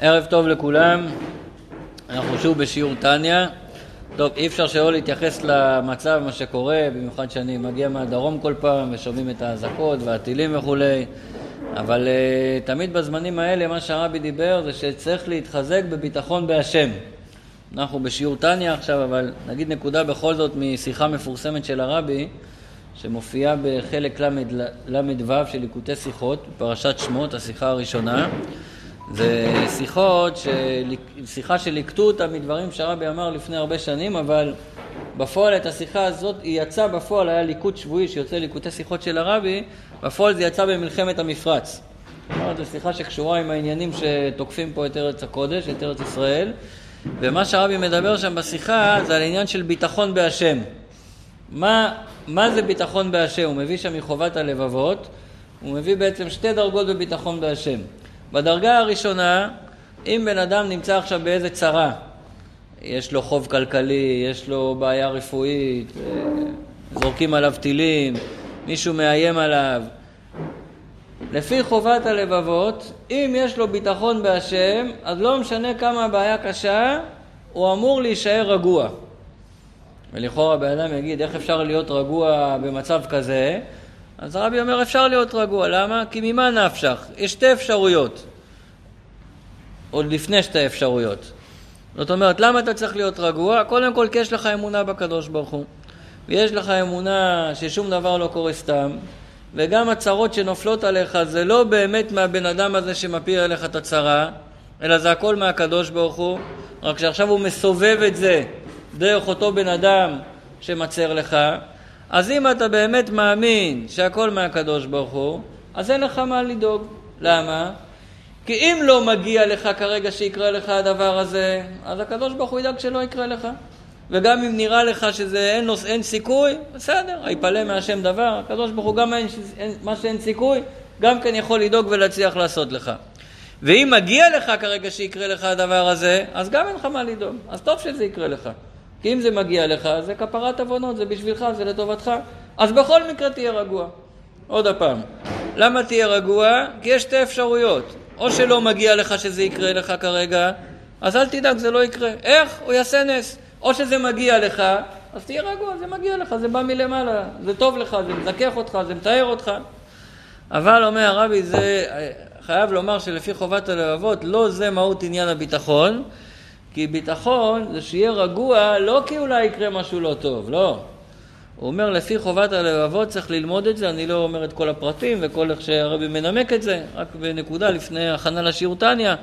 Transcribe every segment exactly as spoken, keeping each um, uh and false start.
ערב טוב לכולם, אנחנו שוב בשיעור תניה. טוב, אי אפשר שלא להתייחס למצב, מה שקורה, במיוחד שאני מגיע מהדרום כל פעם ושומעים את האזעקות והטילים וכו'. אבל uh, תמיד בזמנים האלה מה שהרבי דיבר זה שצריך להתחזק בביטחון בהשם. אנחנו בשיעור תניה עכשיו, אבל נגיד נקודה בכל זאת משיחה מפורסמת של הרבי, שמופיעה בחלק למד ו' של ליקוטי שיחות, בפרשת שמות, השיחה הראשונה. זה שיחות, של... שיחה שליקטו אותה מדברים שהרבי אמר לפני הרבה שנים, אבל בפועל את השיחה הזאת היא יצאה בפועל, היה ליקוט שבועי שיוצא ליקוטי שיחות של הרבי, בפועל זה יצא במלחמת המפרץ. זו שיחה שקשורה עם העניינים שתוקפים פה את ארץ הקודש, את ארץ ישראל, ומה שהרבי מדבר שם בשיחה זה על עניין של ביטחון בהשם. מה, מה זה ביטחון בהשם? הוא מביא שם מחובת הלבבות, הוא מביא בעצם שתי דרגות בביטחון בהשם. בדרגה הראשונה, אם בן אדם נמצא עכשיו באיזה צרה, יש לו חוב כלכלי, יש לו בעיה רפואית, זורקים עליו טילים, מישהו מאיים עליו, לפי חובת הלבבות, אם יש לו ביטחון בהשם, אז לא משנה כמה הבעיה קשה, הוא אמור להישאר רגוע. ולכאורה בן אדם יגיד, איך אפשר להיות רגוע במצב כזה? אז הרבי אומר, אפשר להיות רגוע. למה? כי ממה נפשך? יש שתי אפשרויות. עוד לפני שתי אפשרויות. זאת אומרת, למה אתה צריך להיות רגוע? קודם כל, כי יש לך אמונה בקדוש ברוך הוא. ויש לך אמונה ששום דבר לא קורה סתם. וגם הצרות שנופלות עליך, זה לא באמת מהבן אדם הזה שמפיל עליך את הצרה, אלא זה הכל מהקדוש ברוך הוא. רק שעכשיו הוא מסובב את זה דרך אותו בן אדם שמצר לך. אז אם אתה באמת מאמין שהכל מהקדוש ברוך הוא, אז אין לך מה לדאוג. למה? כי אם לא מגיע לך כרגע שיקרה לך הדבר הזה, אז הקדוש ברוך הוא ידאג שלא יקרה לך. וגם אם נראה לך שזה אין, אין סיכוי, בסדר, היפלא מהשם דבר, הקדוש ברוך הוא גם אין, אין, מה שאין סיכוי, גם כן יכול לדאוג ולהצליח לעשות לך. ואם מגיע לך כרגע שיקרה לך הדבר הזה, אז גם אין לך מה לדאוג. אז טוב שזה יקרה לך. כי אם זה מגיע לך, זה כפרת עוונות, זה בשבילך, זה לטובתך. אז בכל מקרה תהיה רגוע. עוד הפעם. למה תהיה רגוע? כי יש שתי אפשרויות. או שלא מגיע לך שזה יקרה לך כרגע, אז אל תדאג, זה לא יקרה. איך? הוא יעשה נס. או שזה מגיע לך, אז תהיה רגוע, זה מגיע לך, זה בא מלמעלה. זה טוב לך, זה מזכך אותך, זה מתאר אותך. אבל אומר הרבי, זה חייב לומר שלפי חובת הלבבות, לא זה מהות עניין הביטחון, כי ביטחון זה שיהיה רגוע, לא כי אולי יקרה משהו לא טוב, לא. הוא אומר, לפי חובת הלבבות צריך ללמוד את זה, אני לא אומר את כל הפרטים וכל איך שהרבי מנמק את זה, רק בנקודה לפני הכנה לשיעור תניה.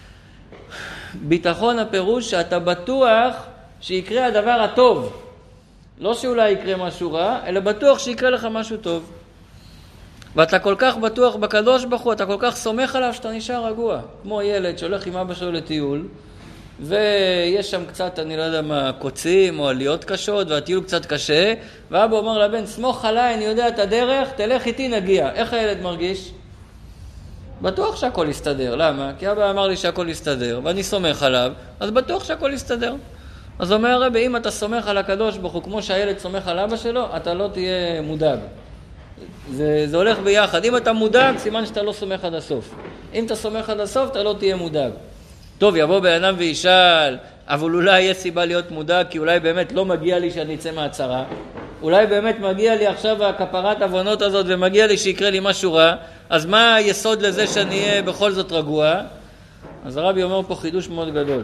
ביטחון הפירוש שאתה בטוח שיקרה הדבר הטוב. לא שאולי יקרה משהו רע, אלא בטוח שיקרה לך משהו טוב. ואתה כל כך בטוח בקדוש ברוך הוא, אתה כל כך סומך עליו שאתה נשאר רגוע. כמו ילד שהולך עם אבא שלו לטיול, ויש שם קצת, אני לא יודע מה, קוצים או עליות קשות, והטיול קצת קשה, ואבא אומר לבן, סמוך עליי, אני יודע את הדרך, תלך איתי נגיע. איך הילד מרגיש? בטוח שהכל יסתדר. למה? כי אבא אמר לי שהכל יסתדר, ואני סומך עליו, אז בטוח שהכל יסתדר. אז אומר הרבי, אם אתה סומך על הקדוש ברוך הוא, כמו שהילד סומך על אבא שלו, אתה לא תהיה מודאג. זה, זה הולך ביחד. אם אתה מודאג, סימן שאתה לא סומך עד הסוף. אם אתה סומך עד הסוף, אתה לא תהיה מודאג. טוב, יבוא בן אדם וישאל, אבל אולי יש סיבה להיות מודאג, כי אולי באמת לא מגיע לי שאני אצא מהצרה. אולי באמת מגיע לי עכשיו הכפרת עוונות הזאת, ומגיע לי שיקרה לי משהו רע. אז מה היסוד לזה שאני אהיה בכל זאת רגוע? אז הרבי אומר פה חידוש מאוד גדול.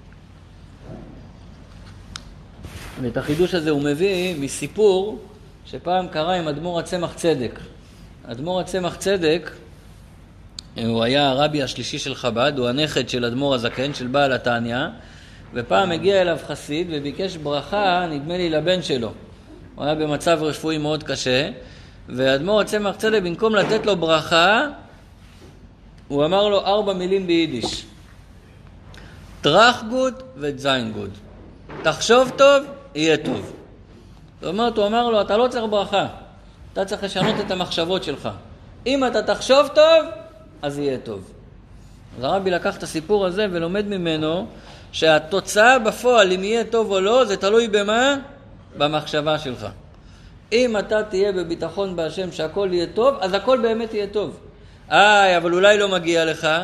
ואת החידוש הזה הוא מביא מסיפור שפעם קרה עם אדמו"ר הצמח צדק. אדמו"ר הצמח צדק, הוא היה הרבי השלישי של חב"ד, הוא הנכד של אדמו"ר הזקן, של בעל התניא, ופעם הגיע אליו חסיד וביקש ברכה, נדמה לי לבן שלו. הוא היה במצב רפואי מאוד קשה, ואדמו"ר הצמח צדק, במקום לתת לו ברכה, הוא אמר לו ארבע מילים ביידיש. טרח גוד וזיין גוד. תחשוב טוב, יהיה טוב. זאת אומרת, הוא אמר לו, אתה לא צריך ברכה, אתה צריך לשנות את המחשבות שלך. אם אתה תחשוב טוב, אז יהיה טוב. אז הרבי לקח את הסיפור הזה ולומד ממנו שהתוצאה בפועל, אם יהיה טוב או לא, זה תלוי במה? במחשבה שלך. אם אתה תהיה בביטחון בהשם שהכל יהיה טוב, אז הכל באמת יהיה טוב. איי, אבל אולי לא מגיע לך.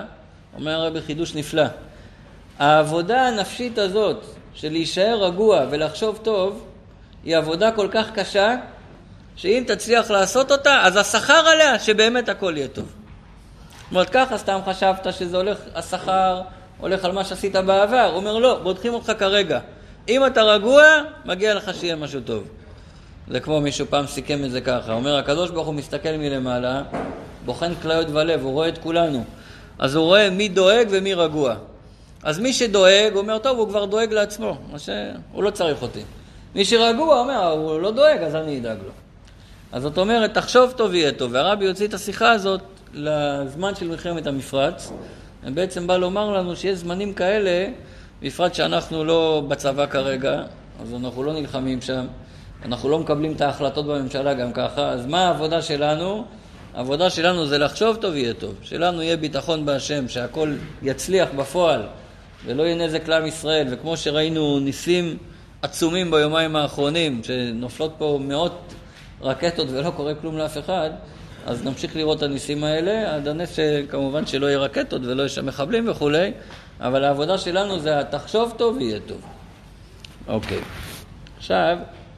אומר הרבי חידוש נפלא. העבודה הנפשית הזאת של להישאר רגוע ולחשוב טוב, היא עבודה כל כך קשה, שאם תצליח לעשות אותה, אז השכר עליה שבאמת הכל יהיה טוב. זאת אומרת, ככה סתם חשבת שזה הולך, השכר הולך על מה שעשית בעבר. הוא אומר, לא, בודקים אותך כרגע. אם אתה רגוע, מגיע לך שיהיה משהו טוב. זה כמו מישהו פעם סיכם את זה ככה. הוא אומר, הקדוש ברוך הוא מסתכל מלמעלה, בוחן כליות ולב, הוא רואה את כולנו. אז הוא רואה מי דואג ומי רגוע. אז מי שדואג, הוא אומר, טוב, הוא כבר דואג לעצמו. מה שהוא לא צריך אותי. מי שרגוע, הוא אומר, הוא לא דואג, אז אני אדאג לו. אז זאת אומרת, תחשוב טוב יהיה טוב. והרבי יוציא את השיחה הזאת לזמן של מלחמת המפרץ. ובעצם בא לומר לנו שיש זמנים כאלה, בפרט שאנחנו לא בצבא כרגע, אז אנחנו לא נלחמים שם. אנחנו לא מקבלים את ההחלטות בממשלה גם ככה. אז מה העבודה שלנו? העבודה שלנו זה לחשוב טוב יהיה טוב. שלנו יהיה ביטחון בהשם, שהכל יצליח בפועל, ולא יהיה נזק לעם ישראל. וכמו שראינו ניסים עצומים ביומיים האחרונים, שנופלות פה מאות רקטות ולא קורה כלום לאף אחד, אז נמשיך לראות את הניסים האלה, עד הנס שכמובן שלא יהיה רקטות ולא יהיה שם מחבלים וכו'. אבל העבודה שלנו זה תחשוב טוב ויהיה טוב. אוקיי. עכשיו,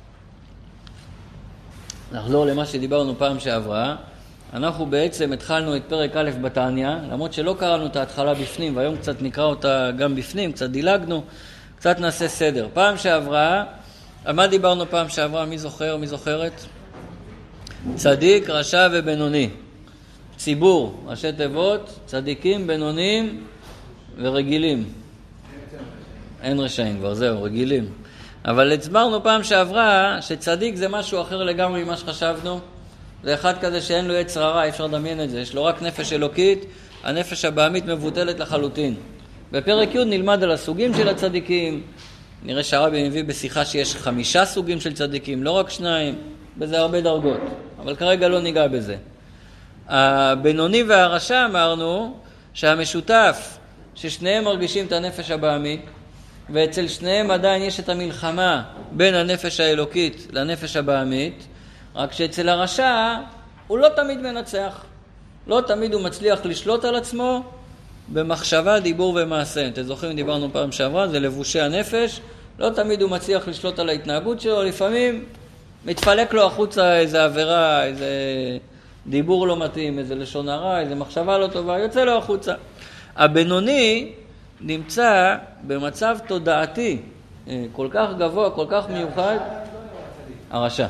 נחזור למה שדיברנו פעם שעברה. אנחנו בעצם התחלנו את פרק א' בתניא, למרות שלא קראנו את ההתחלה בפנים, והיום קצת נקרא אותה גם בפנים, קצת דילגנו, קצת נעשה סדר. פעם שעברה, על מה דיברנו פעם שעברה? מי זוכר? מי זוכרת? צדיק, רשע ובינוני. ציבור, ראשי תיבות, צדיקים, בינונים ורגילים. אין רשעים כבר, זהו, רגילים. אבל הצברנו פעם שעברה שצדיק זה משהו אחר לגמרי ממה שחשבנו. זה אחד כזה שאין לו יצר הרע, אי אפשר לדמיין את זה. יש לו רק נפש אלוקית, הנפש הבהמית מבוטלת לחלוטין. בפרק י' נלמד על הסוגים של הצדיקים. נראה שהרבי מביא בשיחה שיש חמישה סוגים של צדיקים, לא רק שניים, בזה הרבה דרגות. אבל כרגע לא ניגע בזה. הבינוני והרשע אמרנו שהמשותף ששניהם מרגישים את הנפש הבהמית, ואצל שניהם עדיין יש את המלחמה בין הנפש האלוקית לנפש הבהמית, רק שאצל הרשע הוא לא תמיד מנצח. לא תמיד הוא מצליח לשלוט על עצמו במחשבה, דיבור ומעשה. אתם זוכרים, דיברנו פעם שעברה, זה לבושי הנפש. לא תמיד הוא מצליח לשלוט על ההתנהגות שלו, לפעמים מתפלק לו החוצה איזה עבירה, איזה דיבור לא מתאים, איזה לשון הרע, איזה מחשבה לא טובה, יוצא לו החוצה. הבינוני נמצא במצב תודעתי כל כך גבוה, כל כך מיוחד. הרשע.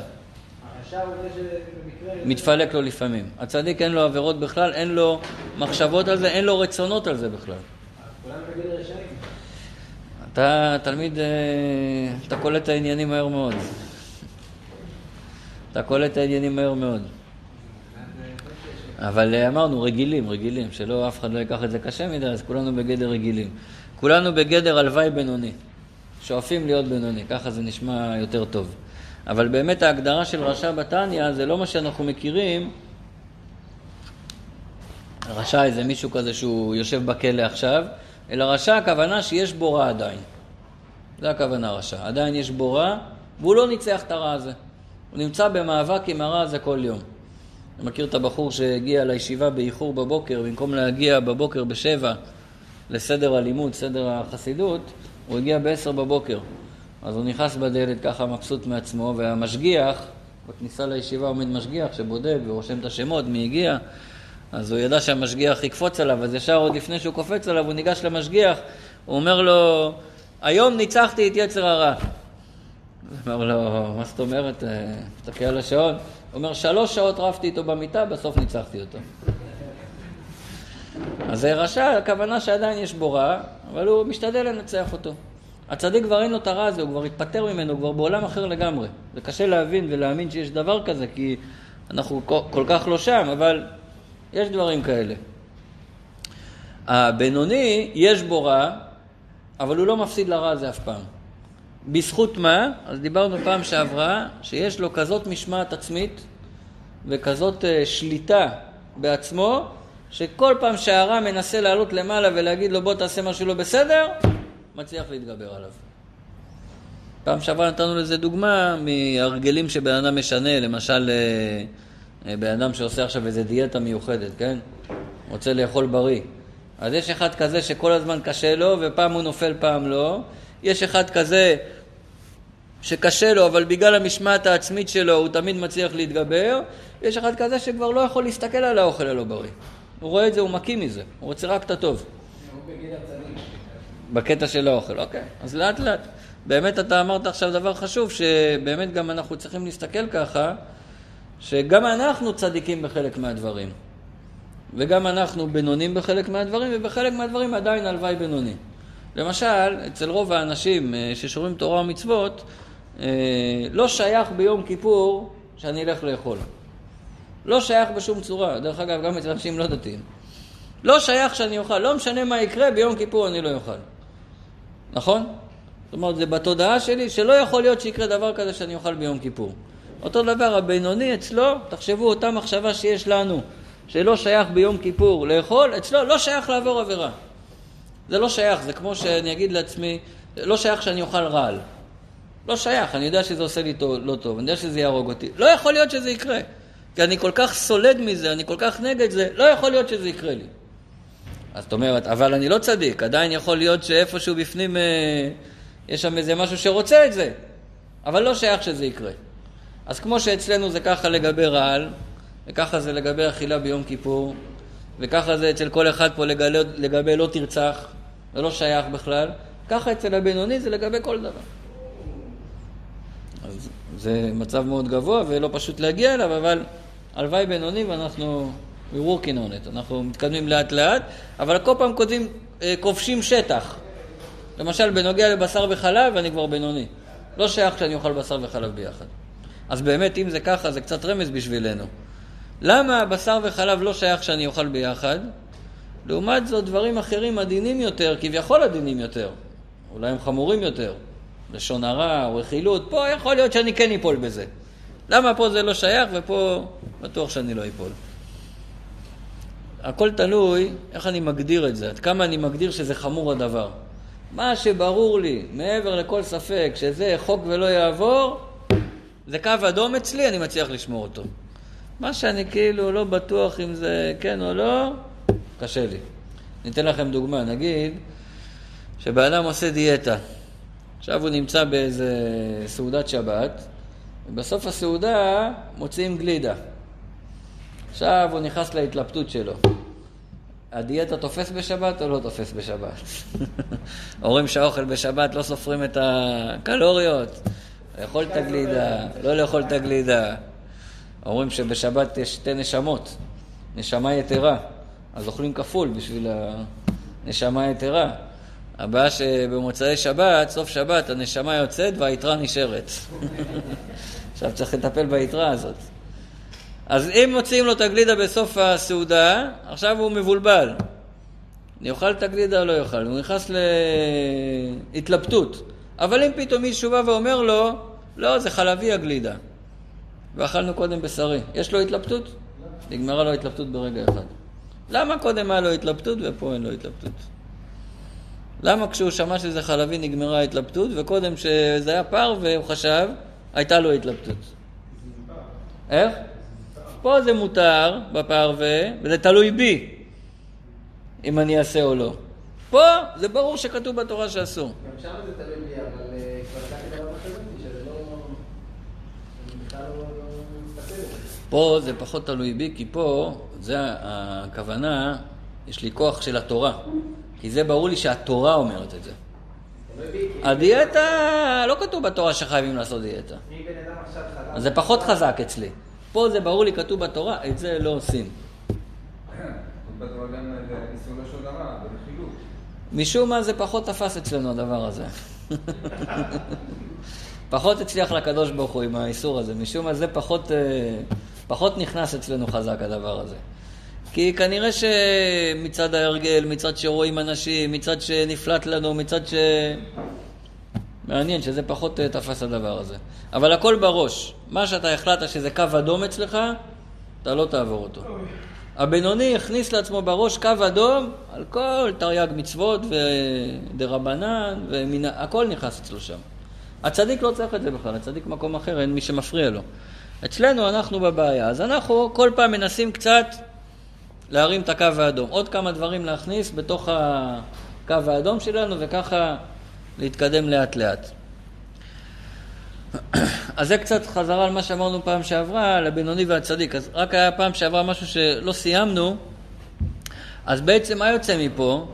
מתפלק לו לפעמים. הצדיק אין לו עבירות בכלל, אין לו מחשבות על זה, אין לו רצונות על זה בכלל. כולם בגדר רשעים. אתה תלמיד, אתה קולט את העניינים מהר מאוד. אתה קולט את העניינים מהר מאוד. אבל אמרנו רגילים, רגילים, שלא אף אחד לא ייקח את זה קשה מדי, אז כולנו בגדר רגילים. כולנו בגדר הלוואי בינוני. שואפים להיות בינוני, ככה זה נשמע יותר טוב. אבל באמת ההגדרה של רשע בתניא זה לא מה שאנחנו מכירים. רשע זה מישהו כזה שהוא יושב בכלא עכשיו, אלא רשע הכוונה שיש בו רע עדיין. זה הכוונה רשע. עדיין יש בו רע, והוא לא ניצח את הרע הזה. הוא נמצא במאבק עם הרע הזה כל יום. אני מכיר את הבחור שהגיע לישיבה באיחור בבוקר, במקום להגיע בבוקר בשבע לסדר הלימוד, סדר החסידות, הוא הגיע בעשר בבוקר. אז הוא נכנס בדלת ככה מבסוט מעצמו, והמשגיח, בכניסה לישיבה עומד משגיח שבודק ורושם את השמות, מי הגיע. אז הוא ידע שהמשגיח יקפוץ עליו, אז ישר עוד לפני שהוא קופץ עליו, הוא ניגש למשגיח, הוא אומר לו, היום ניצחתי את יצר הרע. הוא אומר לו, מה זאת אומרת? תסתכל על השעון. הוא אומר, שלוש שעות רבתי איתו במיטה, בסוף ניצחתי אותו. אז זה רשע, הכוונה שעדיין יש בו רע, אבל הוא משתדל לנצח אותו. הצדיק כבר אין לו את הרע הזה, הוא כבר התפטר ממנו, הוא כבר בעולם אחר לגמרי. זה קשה להבין ולהאמין שיש דבר כזה, כי אנחנו כל כך לא שם, אבל יש דברים כאלה. הבינוני, יש בו רע, אבל הוא לא מפסיד לרע הזה אף פעם. בזכות מה? אז דיברנו פעם שעברה, שיש לו כזאת משמעת עצמית, וכזאת שליטה בעצמו, שכל פעם שהרע מנסה לעלות למעלה ולהגיד לו בוא תעשה משהו לא בסדר, מצליח להתגבר עליו. פעם שעברה נתנו לזה דוגמה מהרגלים שבן אדם משנה, למשל בן אדם שעושה עכשיו איזו דיאטה מיוחדת, כן? רוצה לאכול בריא. אז יש אחד כזה שכל הזמן קשה לו, ופעם הוא נופל, פעם לא. יש אחד כזה שקשה לו, אבל בגלל המשמעת העצמית שלו הוא תמיד מצליח להתגבר. יש אחד כזה שכבר לא יכול להסתכל על האוכל הלא בריא. הוא רואה את זה, הוא מקים מזה. הוא רוצה רק את הטוב. בקטע של האוכל, אוקיי. אז לאט לאט. באמת אתה אמרת עכשיו דבר חשוב, שבאמת גם אנחנו צריכים להסתכל ככה, שגם אנחנו צדיקים בחלק מהדברים. וגם אנחנו בינונים בחלק מהדברים, ובחלק מהדברים עדיין הלוואי בינוני. למשל, אצל רוב האנשים ששומרים תורה ומצוות, לא שייך ביום כיפור שאני אלך לאכול. לא שייך בשום צורה. דרך אגב, גם אצל אנשים לא דתיים. לא שייך שאני אוכל. לא משנה מה יקרה, ביום כיפור אני לא אוכל. נכון? זאת אומרת, זה בתודעה שלי שלא יכול להיות שיקרה דבר כזה שאני אוכל ביום כיפור. אותו דבר, הבינוני אצלו, תחשבו אותה מחשבה שיש לנו, שלא שייך ביום כיפור לאכול, אצלו לא שייך לעבור עבירה. זה לא שייך, זה כמו שאני אגיד לעצמי, לא שייך שאני אוכל רעל. לא שייך, אני יודע שזה עושה לי טוב, לא טוב, אני יודע שזה יהרוג אותי. לא יכול להיות שזה יקרה, כי אני כל כך סולד מזה, אני כל כך נגד זה, לא יכול להיות שזה יקרה לי. אז זאת אומרת, אבל אני לא צדיק, עדיין יכול להיות שאיפשהו בפנים אה, יש שם איזה משהו שרוצה את זה, אבל לא שייך שזה יקרה. אז כמו שאצלנו זה ככה לגבי רעל, וככה זה לגבי אכילה ביום כיפור, וככה זה אצל כל אחד פה לגבי, לגבי לא תרצח, ולא שייך בכלל, ככה אצל הבינוני זה לגבי כל דבר. אז זה מצב מאוד גבוה ולא פשוט להגיע אליו, אבל הלוואי בינוני ואנחנו we working on it, אנחנו מתקדמים לאט לאט, אבל כל פעם כותבים, כובשים שטח. למשל בנוגע לבשר וחלב אני כבר בינוני. לא שייך שאני אוכל בשר וחלב ביחד. אז באמת אם זה ככה זה קצת רמז בשבילנו. למה בשר וחלב לא שייך שאני אוכל ביחד? לעומת זאת דברים אחרים עדינים יותר, כביכול עדינים יותר. אולי הם חמורים יותר. לשון הרע או רכילות. פה יכול להיות שאני כן אפול בזה. למה פה זה לא שייך ופה בטוח שאני לא אפול. הכל תלוי איך אני מגדיר את זה. עד כמה אני מגדיר שזה חמור הדבר. מה שברור לי, מעבר לכל ספק, שזה חוק ולא יעבור, זה קו אדום אצלי, אני מצליח לשמור אותו. מה שאני כאילו לא בטוח אם זה כן או לא, קשה לי. ניתן לכם דוגמה, נגיד שבאדם עושה דיאטה. עכשיו הוא נמצא באיזה סעודת שבת, ובסוף הסעודה מוציאים גלידה. עכשיו הוא נכנס להתלבטות שלו. הדיאטה תופס בשבת או לא תופס בשבת? אומרים שהאוכל בשבת לא סופרים את הקלוריות. לאכול את הגלידה, לא לאכול את הגלידה. אומרים שבשבת יש שתי נשמות, נשמה יתרה. אז אוכלים כפול בשביל הנשמה יתרה. הבעיה שבמוצאי שבת, סוף שבת, הנשמה יוצאת והיתרה נשארת. עכשיו צריך לטפל ביתרה הזאת. אז אם מוציאים לו את הגלידה בסוף הסעודה, עכשיו הוא מבולבל. אני אוכל את הגלידה או לא יאכל? הוא נכנס להתלבטות. אבל אם פתאום מישהו בא ואומר לו, לא, זה חלבי הגלידה. ואכלנו קודם בשרי. יש לו התלבטות? נגמרה לו התלבטות ברגע אחד. למה קודם היה לו התלבטות ופה אין לו התלבטות? למה כשהוא שמע שזה חלבי נגמרה ההתלבטות, וקודם שזה היה פר והוא חשב, הייתה לו התלבטות? איך? פה זה מותר בפרווה, וזה תלוי בי, אם אני אעשה או לא. פה זה ברור שכתוב בתורה שאסור. גם שם זה תלוי בי, אבל כבר לקחתי דבר בחזרתי, שזה לא... אני בכלל לא מסתכל. פה זה פחות תלוי בי, כי פה זה הכוונה, יש לי כוח של התורה. כי זה ברור לי שהתורה אומרת את זה. הדיאטה, לא כתוב בתורה שחייבים לעשות דיאטה. אז זה פחות חזק אצלי. פה זה ברור לי כתוב בתורה, את זה לא עושים. משום מה זה פחות תפס אצלנו הדבר הזה. פחות הצליח לקדוש ברוך הוא עם האיסור הזה. משום מה זה פחות, פחות נכנס אצלנו חזק הדבר הזה. כי כנראה שמצד ההרגל, מצד שרואים אנשים, מצד שנפלט לנו, מצד ש... מעניין שזה פחות תפס הדבר הזה. אבל הכל בראש. מה שאתה החלטת שזה קו אדום אצלך, אתה לא תעבור אותו. הבינוני הכניס לעצמו בראש קו אדום על כל תרי"ג מצוות ודרבנן, ומן... הכל נכנס אצלו שם. הצדיק לא צריך את זה בכלל, הצדיק מקום אחר, אין מי שמפריע לו. אצלנו אנחנו בבעיה, אז אנחנו כל פעם מנסים קצת להרים את הקו האדום. עוד כמה דברים להכניס בתוך הקו האדום שלנו, וככה להתקדם לאט לאט. אז זה קצת חזרה על מה שאמרנו פעם שעברה, על הבינוני והצדיק. אז רק היה פעם שעברה משהו שלא סיימנו, אז בעצם מה יוצא מפה?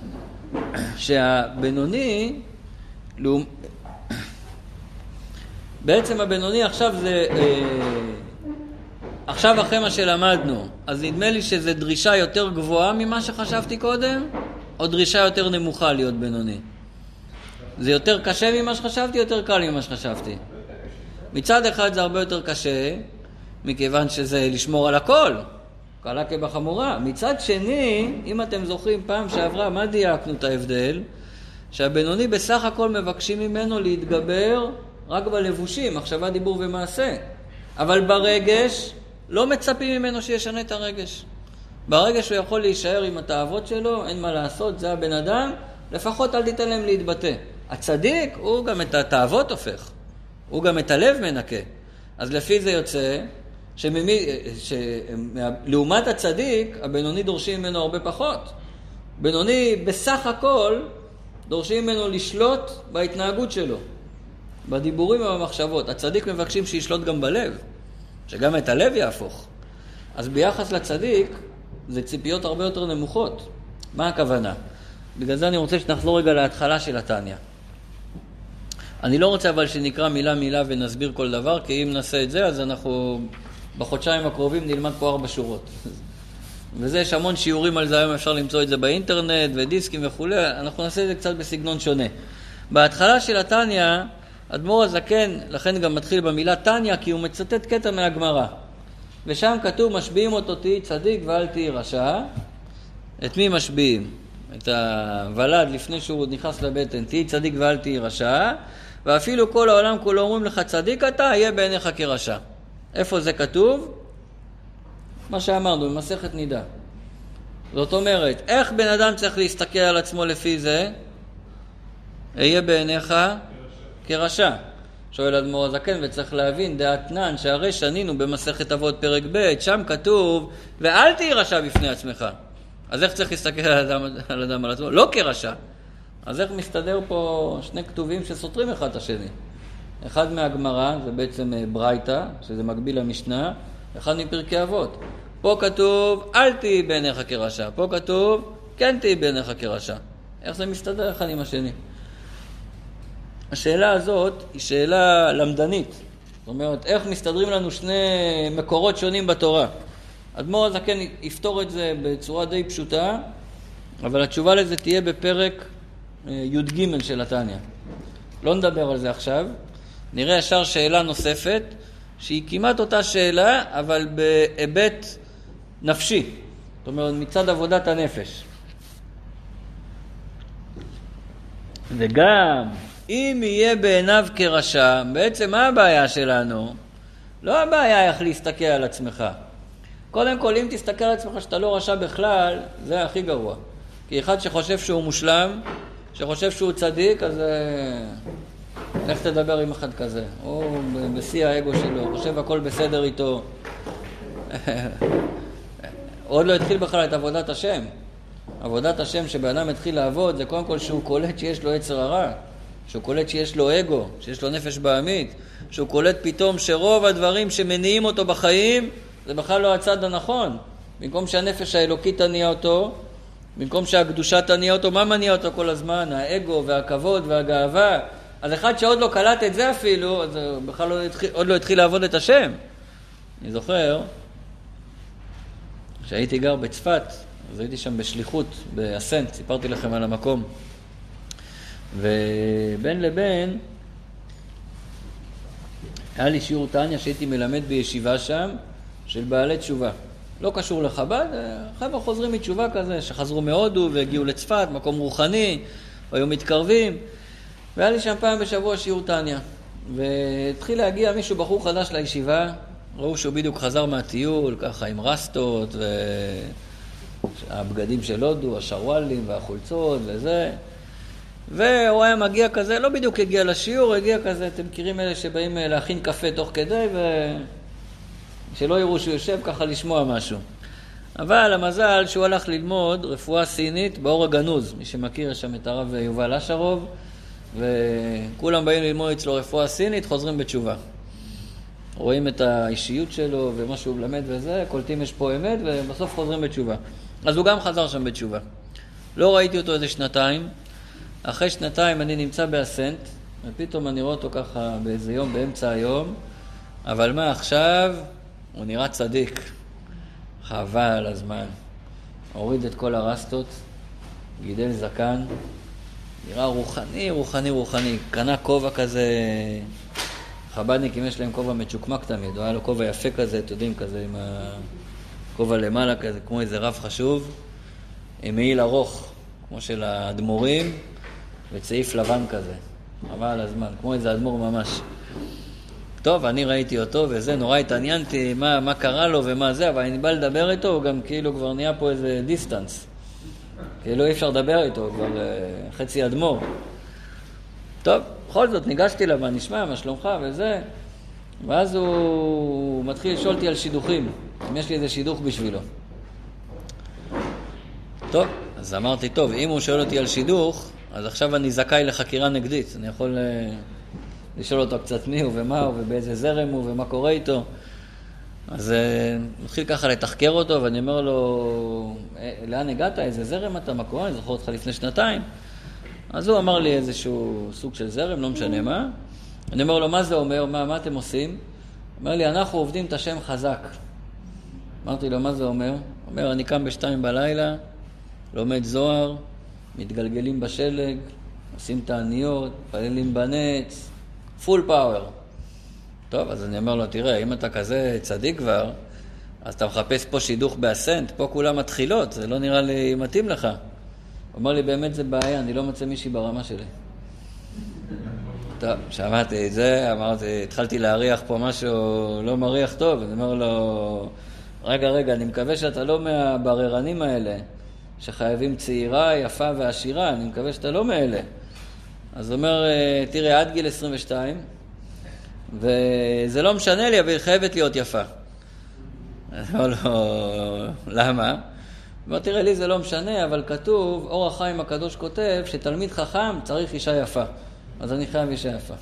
שהבינוני, בעצם הבינוני עכשיו זה, עכשיו אחרי מה שלמדנו, אז נדמה לי שזה דרישה יותר גבוהה ממה שחשבתי קודם, או דרישה יותר נמוכה להיות בינוני? זה יותר קשה ממה שחשבתי, יותר קל ממה שחשבתי? מצד אחד זה הרבה יותר קשה, מכיוון שזה לשמור על הכל, קלה כבחמורה. מצד שני, אם אתם זוכרים פעם שעברה, מה דייקנו את ההבדל? שהבינוני בסך הכל מבקשים ממנו להתגבר רק בלבושים, מחשבה, דיבור ומעשה. אבל ברגש, לא מצפים ממנו שישנה את הרגש. ברגש הוא יכול להישאר עם התאוות שלו, אין מה לעשות, זה הבן אדם, לפחות אל תיתן להם להתבטא. הצדיק הוא גם את התאוות הופך, הוא גם את הלב מנקה. אז לפי זה יוצא, שממי, שלעומת הצדיק, הבינוני דורשים ממנו הרבה פחות. בינוני בסך הכל דורשים ממנו לשלוט בהתנהגות שלו, בדיבורים ובמחשבות. הצדיק מבקשים שישלוט גם בלב, שגם את הלב יהפוך. אז ביחס לצדיק, זה ציפיות הרבה יותר נמוכות. מה הכוונה? בגלל זה אני רוצה שנחזור רגע להתחלה של התניא. אני לא רוצה אבל שנקרא מילה מילה ונסביר כל דבר, כי אם נעשה את זה, אז אנחנו בחודשיים הקרובים נלמד פה ארבע שורות. וזה, יש המון שיעורים על זה, היום אפשר למצוא את זה באינטרנט ודיסקים וכו'. אנחנו נעשה את זה קצת בסגנון שונה. בהתחלה של התניא, אדמו"ר הזקן, לכן גם מתחיל במילה תניא, כי הוא מצטט קטע מהגמרא. ושם כתוב, משביעים אותו, תהי צדיק ואל תהי רשע. את מי משביעים? את הוולד לפני שהוא נכנס לבטן, תהי צדיק ואל תהי רשע. ואפילו כל העולם כולו אומרים לך צדיק אתה, יהיה בעיניך כרשע. איפה זה כתוב? מה שאמרנו, במסכת נידה. זאת אומרת, איך בן אדם צריך להסתכל על עצמו לפי זה? יהיה בעיניך כרשע. שואל אדמו"ר הזקן, וצריך להבין דעתנן, שהרי שנינו במסכת אבות פרק ב', שם כתוב, ואל תהי רשע בפני עצמך. אז איך צריך להסתכל על אדם על, אדם, על עצמו? לא כרשע. אז איך מסתדר פה שני כתובים שסותרים אחד את השני? אחד מהגמרא, זה בעצם ברייתא, שזה מקביל למשנה, אחד מפרקי אבות. פה כתוב, אל תהי בעיניך כרשע. פה כתוב, כן תהי בעיניך כרשע. איך זה מסתדר אחד עם השני? השאלה הזאת היא שאלה למדנית. זאת אומרת, איך מסתדרים לנו שני מקורות שונים בתורה? אדמו"ר הזקן יפתור את זה בצורה די פשוטה, אבל התשובה לזה תהיה בפרק י"ג של התניא. לא נדבר על זה עכשיו. נראה ישר שאלה נוספת, שהיא כמעט אותה שאלה, אבל בהיבט נפשי. זאת אומרת, מצד עבודת הנפש. וגם, אם יהיה בעיניו כרשע, בעצם מה הבעיה שלנו? לא הבעיה איך להסתכל על עצמך. קודם כל, אם תסתכל על עצמך שאתה לא רשע בכלל, זה הכי גרוע. כי אחד שחושב שהוא מושלם, שחושב שהוא צדיק, אז איך תדבר עם אחד כזה? הוא בשיא האגו שלו, חושב הכל בסדר איתו. עוד לא התחיל בכלל את עבודת השם. עבודת השם שבאדם התחיל לעבוד, זה קודם כל שהוא קולט שיש לו יצר הרע, שהוא קולט שיש לו אגו, שיש לו נפש בעמית, שהוא קולט פתאום שרוב הדברים שמניעים אותו בחיים, זה בכלל לא הצד הנכון. במקום שהנפש האלוקית תניע אותו, במקום שהקדושה תניע אותו, מה מניע אותו כל הזמן? האגו והכבוד והגאווה. אז אחד שעוד לא קלט את זה אפילו, אז בכלל לא התחיל, עוד לא התחיל לעבוד את השם. אני זוכר, כשהייתי גר בצפת, אז הייתי שם בשליחות, באסנט, סיפרתי לכם על המקום. ובין לבין, היה לי שיעור תניא שהייתי מלמד בישיבה שם, של בעלי תשובה. לא קשור לחב"ד, חבר'ה חוזרים מתשובה כזה, שחזרו מהודו והגיעו לצפת, מקום רוחני, והיו מתקרבים. והיה לי שם פעם בשבוע שיעור תניא. והתחיל להגיע מישהו בחור חדש לישיבה, ראו שהוא בדיוק חזר מהטיול, ככה עם רסטות, והבגדים של הודו, השרוואלים והחולצות וזה. והוא היה מגיע כזה, לא בדיוק הגיע לשיעור, הגיע כזה, אתם מכירים אלה שבאים להכין קפה תוך כדי, ושלא יראו שהוא יושב ככה לשמוע משהו. אבל המזל שהוא הלך ללמוד רפואה סינית באור הגנוז. מי שמכיר, יש שם את הרב יובל אשרוב, וכולם באים ללמוד אצלו רפואה סינית, חוזרים בתשובה. רואים את האישיות שלו ומה שהוא מלמד וזה, קולטים יש פה אמת, ובסוף חוזרים בתשובה. אז הוא גם חזר שם בתשובה. לא ראיתי אותו איזה שנתיים. אחרי שנתיים אני נמצא באסנט, ופתאום אני רואה אותו ככה באיזה יום, באמצע היום, אבל מה עכשיו? הוא נראה צדיק. חבל על הזמן. הוריד את כל הרסטות, גידל זקן, נראה רוחני, רוחני, רוחני. קנה כובע כזה, חבדניקים יש להם כובע מצ'וקמק תמיד, הוא היה לו כובע יפה כזה, אתם יודעים, כזה עם הכובע למעלה כזה, כמו איזה רב חשוב, עם מעיל ארוך, כמו של האדמו"רים, וצעיף לבן כזה. חבל על הזמן, כמו איזה אדמו"ר ממש. טוב, אני ראיתי אותו וזה, נורא התעניינתי מה, מה קרה לו ומה זה, אבל אני בא לדבר איתו, הוא גם כאילו כבר נהיה פה איזה דיסטנס. כאילו אי אפשר לדבר איתו, הוא כבר uh, חצי אדמו"ר. טוב, בכל זאת ניגשתי לה, מה נשמע, מה שלומך וזה, ואז הוא מתחיל לשאול אותי על שידוכים, אם יש לי איזה שידוך בשבילו. טוב, אז אמרתי, טוב, אם הוא שואל אותי על שידוך, אז עכשיו אני זכאי לחקירה נגדית, אני יכול... Uh, לשאול אותו קצת מי הוא ומה הוא ובאיזה זרם הוא ומה קורה איתו. אז נתחיל ככה לתחקר אותו, ואני אומר לו, לאן הגעת? איזה זרם אתה? מה קורה? אני זוכר אותך לפני שנתיים. אז הוא אמר לי איזשהו סוג של זרם, לא משנה מה. אני אומר לו, מה זה אומר? מה, מה אתם עושים? הוא אומר לי, אנחנו עובדים את השם חזק. אמרתי לו, מה זה אומר? הוא אומר, אני קם בשתיים בלילה, לומד זוהר, מתגלגלים בשלג, עושים תעניות, פעלים בנץ, פול פאוור. טוב, אז אני אומר לו, תראה, אם אתה כזה צדיק כבר, אז אתה מחפש פה שידוך באסנט, פה כולם מתחילות, זה לא נראה לי מתאים לך. הוא אומר לי, באמת זה בעיה, אני לא מצא מישהי ברמה שלי. טוב, שמעתי את זה, אמרתי, התחלתי להריח פה משהו לא מריח טוב, אני אומר לו, רגע, רגע, אני מקווה שאתה לא מהבררנים האלה, שחייבים צעירה, יפה ועשירה, אני מקווה שאתה לא מאלה. אז הוא אומר, תראה, עד גיל עשרים ושתיים, וזה לא משנה לי, אבל היא חייבת להיות יפה. אני אומר לו, למה? הוא אומר, תראה, לי זה לא משנה, אבל כתוב, אור החיים הקדוש כותב, שתלמיד חכם צריך אישה יפה. אז אני חייב אישה יפה.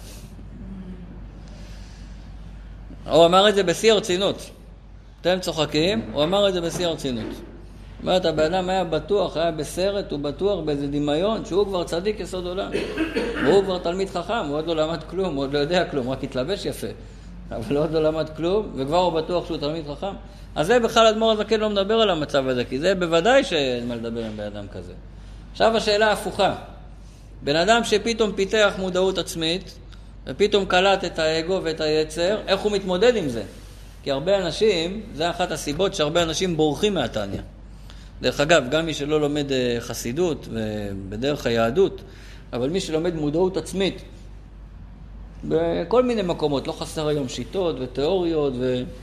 הוא אמר את זה בשיא הרצינות. אתם צוחקים, הוא אמר את זה בשיא הרצינות. זאת אומרת, הבאדם היה בטוח, היה בסרט, הוא בטוח באיזה דמיון, שהוא כבר צדיק יסוד עולם. והוא כבר תלמיד חכם, הוא עוד לא למד כלום, הוא עוד לא יודע כלום, רק התלבש יפה. אבל הוא עוד לא למד כלום, וכבר הוא בטוח שהוא תלמיד חכם. אז זה בכלל אדמו"ר הזקן לא מדבר על המצב הזה, כי זה בוודאי שאין מה לדבר עם באדם כזה. עכשיו השאלה ההפוכה. בן אדם שפתאום פיתח מודעות עצמית, ופתאום קלט את האגו ואת היצר, איך הוא מתמודד עם זה? כי הרבה אנשים, זה אחת הסיבות שהרבה אנשים בורחים מהתניה. דרך אגב, גם מי שלא לומד חסידות ובדרך היהדות, אבל מי שלומד מודעות עצמית, בכל מיני מקומות, לא חסר היום שיטות ותיאוריות,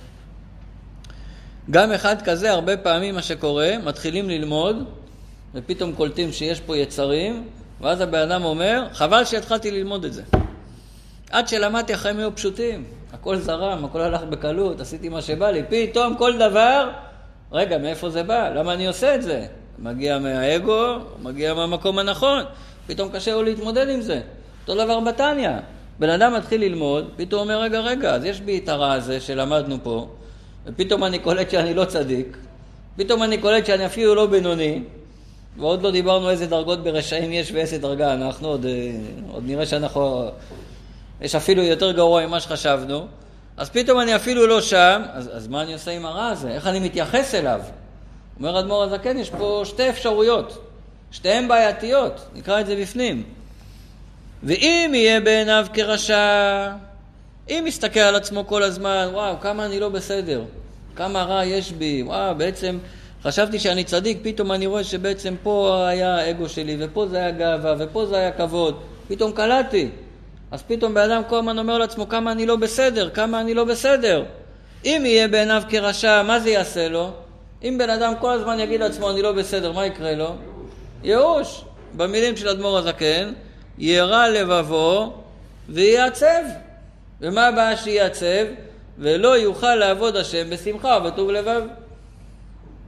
וגם אחד כזה, הרבה פעמים מה שקורה, מתחילים ללמוד, ופתאום קולטים שיש פה יצרים, ואז הבאדם אומר, חבל שהתחלתי ללמוד את זה. עד שלמדתי החיים היו פשוטים, הכל זרם, הכל הלך בקלות, עשיתי מה שבא לי, פתאום כל דבר, רגע, מאיפה זה בא? למה אני עושה את זה? מגיע מהאגו, מגיע מהמקום הנכון, פתאום קשה לו להתמודד עם זה. אותו דבר בתניה. בן אדם מתחיל ללמוד, פתאום אומר, רגע, רגע, אז יש בי את הרע הזה שלמדנו פה, ופתאום אני קולט שאני לא צדיק, פתאום אני קולט שאני אפילו לא בינוני, ועוד לא דיברנו איזה דרגות ברשעים יש ואיזה דרגה אנחנו, עוד, עוד נראה שאנחנו, יש אפילו יותר גרוע ממה שחשבנו, אז פתאום אני אפילו לא שם, אז, אז מה אני עושה עם הרע הזה? איך אני מתייחס אליו? אומר אדמו"ר הזקן, יש פה שתי אפשרויות, שתיהן בעייתיות, נקרא את זה בפנים. ואם יהיה בעיניו כרשע, אם יסתכל על עצמו כל הזמן, וואו, כמה אני לא בסדר, כמה רע יש בי, וואו, בעצם חשבתי שאני צדיק, פתאום אני רואה שבעצם פה היה האגו שלי, ופה זה היה גאווה, ופה זה היה כבוד, פתאום קלטתי. אז פתאום באדם כל הזמן אומר לעצמו כמה אני לא בסדר, כמה אני לא בסדר. אם יהיה בעיניו כרשע, מה זה יעשה לו? אם בן אדם כל הזמן יגיד לעצמו אני לא בסדר, מה יקרה לו? ייאוש. במילים של אדמו"ר הזקן, ירע לבבו וייעצב. ומה הבעיה שייעצב? ולא יוכל לעבוד השם בשמחה ובטוב לבב.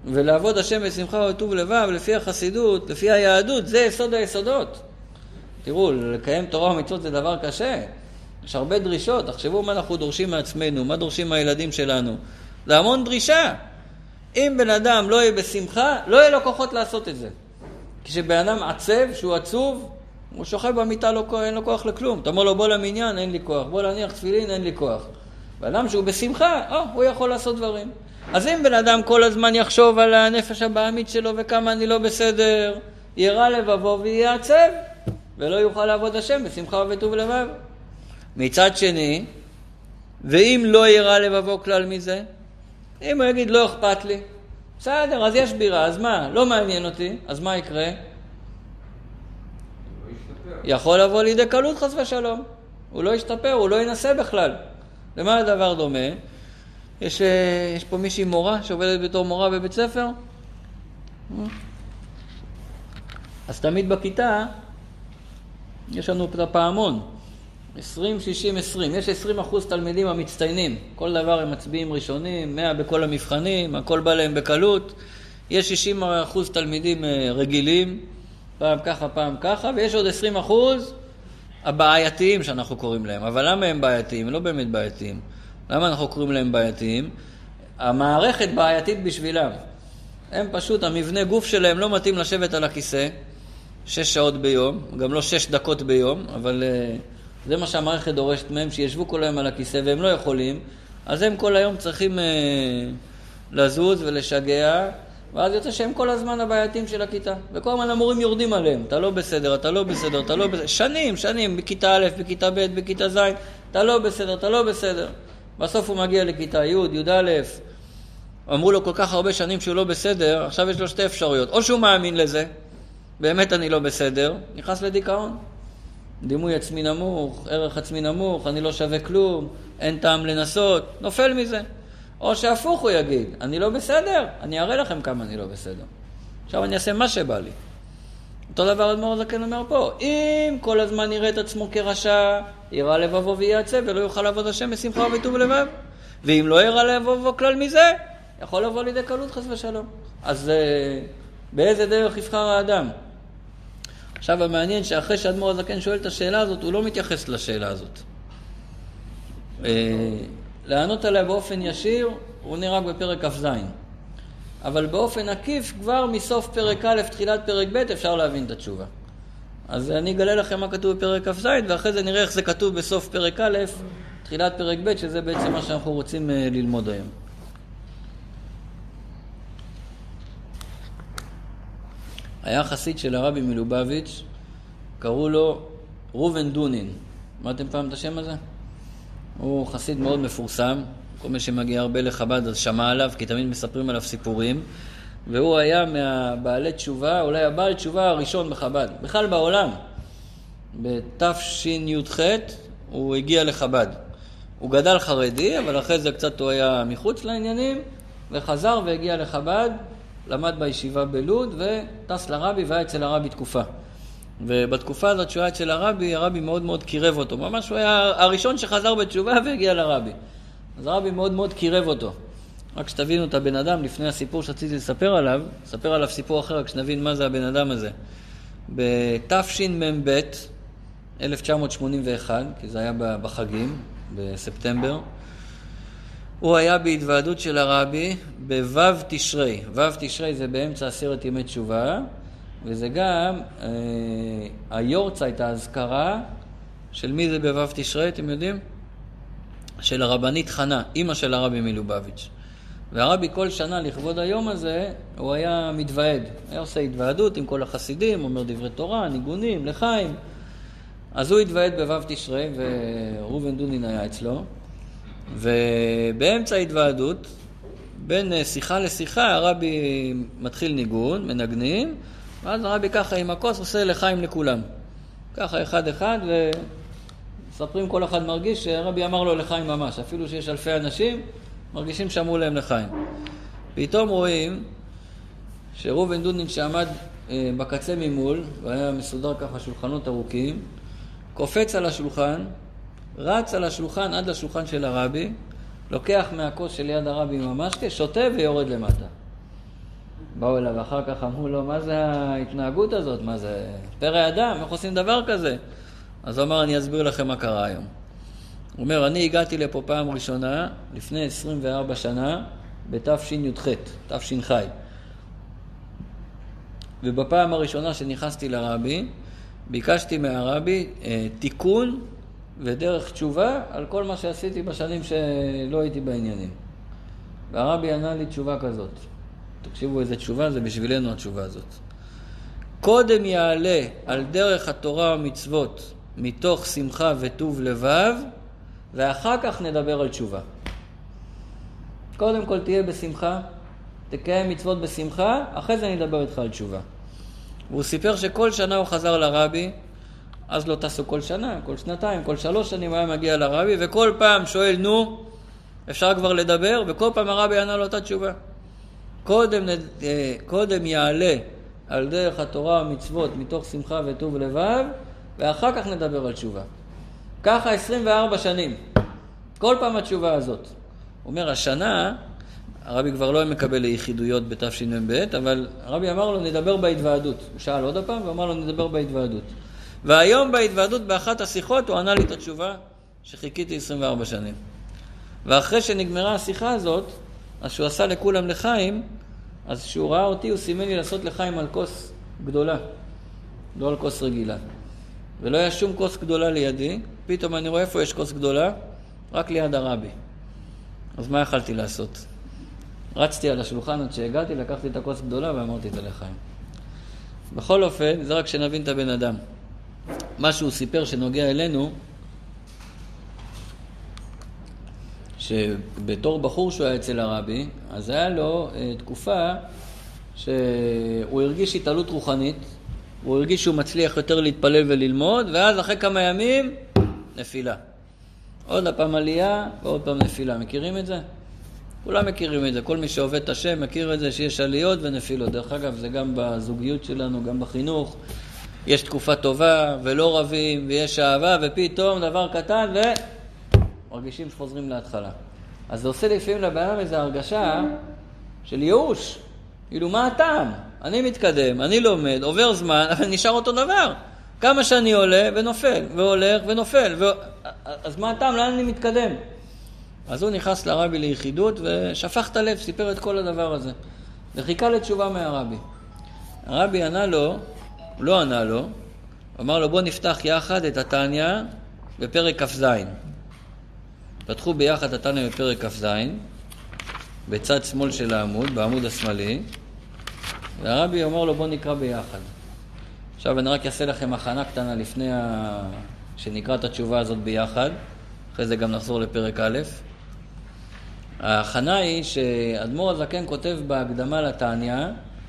ולעבוד השם בשמחה ובטוב לבב, לפי החסידות, לפי היהדות, זה יסוד היסודות. תראו, לקיים תורה ומצוות זה דבר קשה. יש הרבה דרישות, תחשבו מה אנחנו דורשים מעצמנו, מה דורשים מהילדים שלנו. זה המון דרישה. אם בן אדם לא יהיה בשמחה, לא יהיה לו כוחות לעשות את זה. כשבן אדם עצב, שהוא עצוב, הוא שוכב במיטה, לא, אין לו כוח לכלום. אתה אומר לו, בוא למניין, אין לי כוח. בוא להניח תפילין, אין לי כוח. בן אדם שהוא בשמחה, או, הוא יכול לעשות דברים. אז אם בן אדם כל הזמן יחשוב על הנפש הבעמית שלו וכמה אני לא בסדר, ירע לבבו ויהיה עצב, ולא יוכל לעבוד השם בשמחה ובטוב לבב. מצד שני, ואם לא ירע לבבו כלל מזה, אם הוא יגיד לא אכפת לי, בסדר, אז יש בירה, אז מה? לא מעניין אותי, אז מה יקרה? יכול לבוא לידי קלות חס ושלום. הוא לא ישתפר, הוא לא ינסה בכלל. למה הדבר דומה? יש, יש פה מישהי מורה שעובדת בתור מורה בבית ספר. אז תמיד בכיתה יש לנו את הפעמון. עשרים, שישים, עשרים. יש עשרים אחוז תלמידים המצטיינים. כל דבר הם מצביעים ראשונים, מאה בכל המבחנים, הכל בא להם בקלות. יש שישים אחוז תלמידים רגילים, פעם ככה, פעם ככה, ויש עוד עשרים אחוז הבעייתיים שאנחנו קוראים להם. אבל למה הם בעייתיים? הם לא באמת בעייתיים. למה אנחנו קוראים להם בעייתיים? המערכת בעייתית בשבילם. הם פשוט, המבנה גוף שלהם לא מתאים לשבת על הכיסא, שש שעות ביום, גם לא שש דקות ביום, אבל uh, זה מה שהמערכת דורשת מהם, שישבו כל היום על הכיסא והם לא יכולים, אז הם כל היום צריכים uh, לזוז ולשגע, ואז יוצא שהם כל הזמן הבעייתים של הכיתה. וכל הזמן המורים יורדים עליהם, אתה לא בסדר, אתה לא בסדר, אתה לא בסדר, שנים, שנים, בכיתה א', בכיתה ב', בכיתה ז', אתה לא בסדר, אתה לא בסדר. בסוף הוא מגיע לכיתה י', י' א', אמרו לו כל כך הרבה שנים שהוא לא בסדר, עכשיו יש לו שתי אפשרויות. או שהוא מאמין לזה, באמת אני לא בסדר, נכנס לדיכאון. דימוי עצמי נמוך, ערך עצמי נמוך, אני לא שווה כלום, אין טעם לנסות, נופל מזה. או שהפוך הוא יגיד, אני לא בסדר, אני אראה לכם כמה אני לא בסדר. עכשיו אני אעשה מה שבא לי. אותו דבר אדמו"ר הזקן אומר פה, אם כל הזמן יראה את עצמו כרשע, יראה לבבו ויעצב ולא יוכל לעבוד השם בשמחה ובטוב לבב. ואם לא יראה לבבו כלל מזה, יכול לבוא לידי קלות חס ושלום. אז באיזה דרך יבחר האדם? עכשיו המעניין שאחרי שאדמו"ר הזקן שואל את השאלה הזאת, הוא לא מתייחס לשאלה הזאת. לענות עליה באופן ישיר, הוא נראה רק בפרק כ"ז. אבל באופן עקיף, כבר מסוף פרק א', תחילת פרק ב', אפשר להבין את התשובה. אז אני אגלה לכם מה כתוב בפרק כ"ז, ואחרי זה נראה איך זה כתוב בסוף פרק א', תחילת פרק ב', שזה בעצם מה שאנחנו רוצים ללמוד היום. היה חסיד של הרבי מלובביץ', קראו לו ראובן דונין. שמעתם פעם את השם הזה? הוא חסיד מאוד מפורסם, כל מי שמגיע הרבה לחב"ד אז שמע עליו, כי תמיד מספרים עליו סיפורים, והוא היה מהבעלי תשובה, אולי הבעל תשובה הראשון בחב"ד, בכלל בעולם. בתש"י"ח הוא הגיע לחב"ד. הוא גדל חרדי, אבל אחרי זה קצת הוא היה מחוץ לעניינים, וחזר והגיע לחב"ד, למד בישיבה בלוד, וטס לרבי והיה אצל הרבי תקופה. ובתקופה הזאת שהוא היה אצל הרבי, הרבי מאוד מאוד קירב אותו. ממש הוא היה הראשון שחזר בתשובה והגיע לרבי. אז הרבי מאוד מאוד קירב אותו. רק שתבינו את הבן אדם, לפני הסיפור שרציתי לספר עליו, לספר עליו סיפור אחר, רק שנבין מה זה הבן אדם הזה. בתשמ"ב, אלף תשע מאות שמונים ואחת, כי זה היה בחגים, בספטמבר, הוא היה בהתוועדות של הרבי בו"ב תשרי. ו"ב תשרי זה באמצע עשרת ימי תשובה, וזה גם אה, היורצייט, ההזכרה של מי זה בו"ב תשרי, אתם יודעים? של הרבנית חנה, אמא של הרבי מלובביץ'. והרבי כל שנה לכבוד היום הזה, הוא היה מתוועד. היה עושה התוועדות עם כל החסידים, אומר דברי תורה, ניגונים, לחיים. אז הוא התוועד בו"ב תשרי, וראובן דונין היה אצלו. ובאמצע ההתוועדות, בין שיחה לשיחה, הרבי מתחיל ניגון, מנגנים, ואז הרבי ככה עם הכוס עושה לחיים לכולם. ככה אחד אחד, ומספרים כל אחד מרגיש שהרבי אמר לו לחיים ממש. אפילו שיש אלפי אנשים, מרגישים שאמרו להם לחיים. פתאום רואים שראובן דונין שעמד בקצה ממול, והיה מסודר ככה שולחנות ארוכים, קופץ על השולחן, רץ על השולחן עד לשולחן של הרבי, לוקח מהכוס של יד הרבי ממש, שותה ויורד למטה. באו אליו אחר כך, אמרו לו, מה זה ההתנהגות הזאת? מה זה פרא אדם? איך עושים דבר כזה? אז הוא אמר, אני אסביר לכם מה קרה היום. הוא אומר, אני הגעתי לפה פעם ראשונה, לפני עשרים וארבע שנה, בתש"ח, תש"ח. ובפעם הראשונה שנכנסתי לרבי, ביקשתי מהרבי אה, תיקון ודרך תשובה על כל מה שעשיתי בשנים שלא הייתי בעניינים. והרבי ענה לי תשובה כזאת. תקשיבו איזה תשובה, זה בשבילנו התשובה הזאת. קודם יעלה על דרך התורה ומצוות מתוך שמחה וטוב לבב, ואחר כך נדבר על תשובה. קודם כל תהיה בשמחה, תקיים מצוות בשמחה, אחרי זה נדבר איתך על תשובה. והוא סיפר שכל שנה הוא חזר לרבי, אז לא טסו כל שנה, כל שנתיים, כל שלוש שנים הוא היה מגיע לרבי, וכל פעם שואל, נו, אפשר כבר לדבר? וכל פעם הרבי ענה לו אותה תשובה. קודם, קודם יעלה על דרך התורה ומצוות מתוך שמחה וטוב לבב, ואחר כך נדבר על תשובה. ככה עשרים וארבע שנים. כל פעם התשובה הזאת. הוא אומר, השנה, הרבי כבר לא מקבל ליחידויות בתש"ב, אבל הרבי אמר לו, נדבר בהתוועדות. הוא שאל עוד הפעם, ואמר לו, נדבר בהתוועדות. והיום בהתוועדות, באחת השיחות, הוא ענה לי את התשובה שחיכיתי עשרים וארבע שנים. ואחרי שנגמרה השיחה הזאת, אז שהוא עשה לכולם לחיים, אז כשהוא ראה אותי, הוא סימן לי לעשות לחיים על כוס גדולה, לא על כוס רגילה. ולא היה שום כוס גדולה לידי, פתאום אני רואה איפה יש כוס גדולה, רק ליד הרבי. אז מה יכלתי לעשות? רצתי על השולחן עד שהגעתי, לקחתי את הכוס גדולה ואמרתי את הלחיים. בכל אופן, זה רק שנבין את הבן אדם. מה שהוא סיפר שנוגע אלינו, שבתור בחור שהוא היה אצל הרבי, אז היה לו אה, תקופה שהוא הרגיש התעלות רוחנית, הוא הרגיש שהוא מצליח יותר להתפלל וללמוד, ואז אחרי כמה ימים, נפילה. עוד הפעם עלייה ועוד פעם נפילה. מכירים את זה? כולם מכירים את זה. כל מי שעובד את השם מכיר את זה שיש עליות ונפילות. דרך אגב, זה גם בזוגיות שלנו, גם בחינוך. יש תקופה טובה ולא רבים, ויש אהבה, ופתאום דבר קטן ומרגישים שחוזרים להתחלה. אז זה עושה לפעמים לבעיה איזו הרגשה של ייאוש. כאילו, מה הטעם? אני מתקדם, אני לומד, עובר זמן, אבל נשאר אותו דבר. כמה שאני עולה ונופל, והולך ונופל. ו... אז מה הטעם? לאן אני מתקדם? אז הוא נכנס לרבי ליחידות ושפך את הלב, סיפר את כל הדבר הזה. וחיכה לתשובה מהרבי. הרבי ענה לו, לא ענה לו, אמר לו, בוא נפתח יחד את התניה בפרק כ"ז. פתחו ביחד התניה בפרק כ"ז, בצד שמאל של העמוד, בעמוד השמאלי, והרבי אומר לו, בוא נקרא ביחד. עכשיו אני רק אעשה לכם הכנה קטנה לפני ה... שנקרא את התשובה הזאת ביחד, אחרי זה גם נחזור לפרק א'. ההכנה היא שאדמו"ר הזקן כותב בהקדמה לתניה,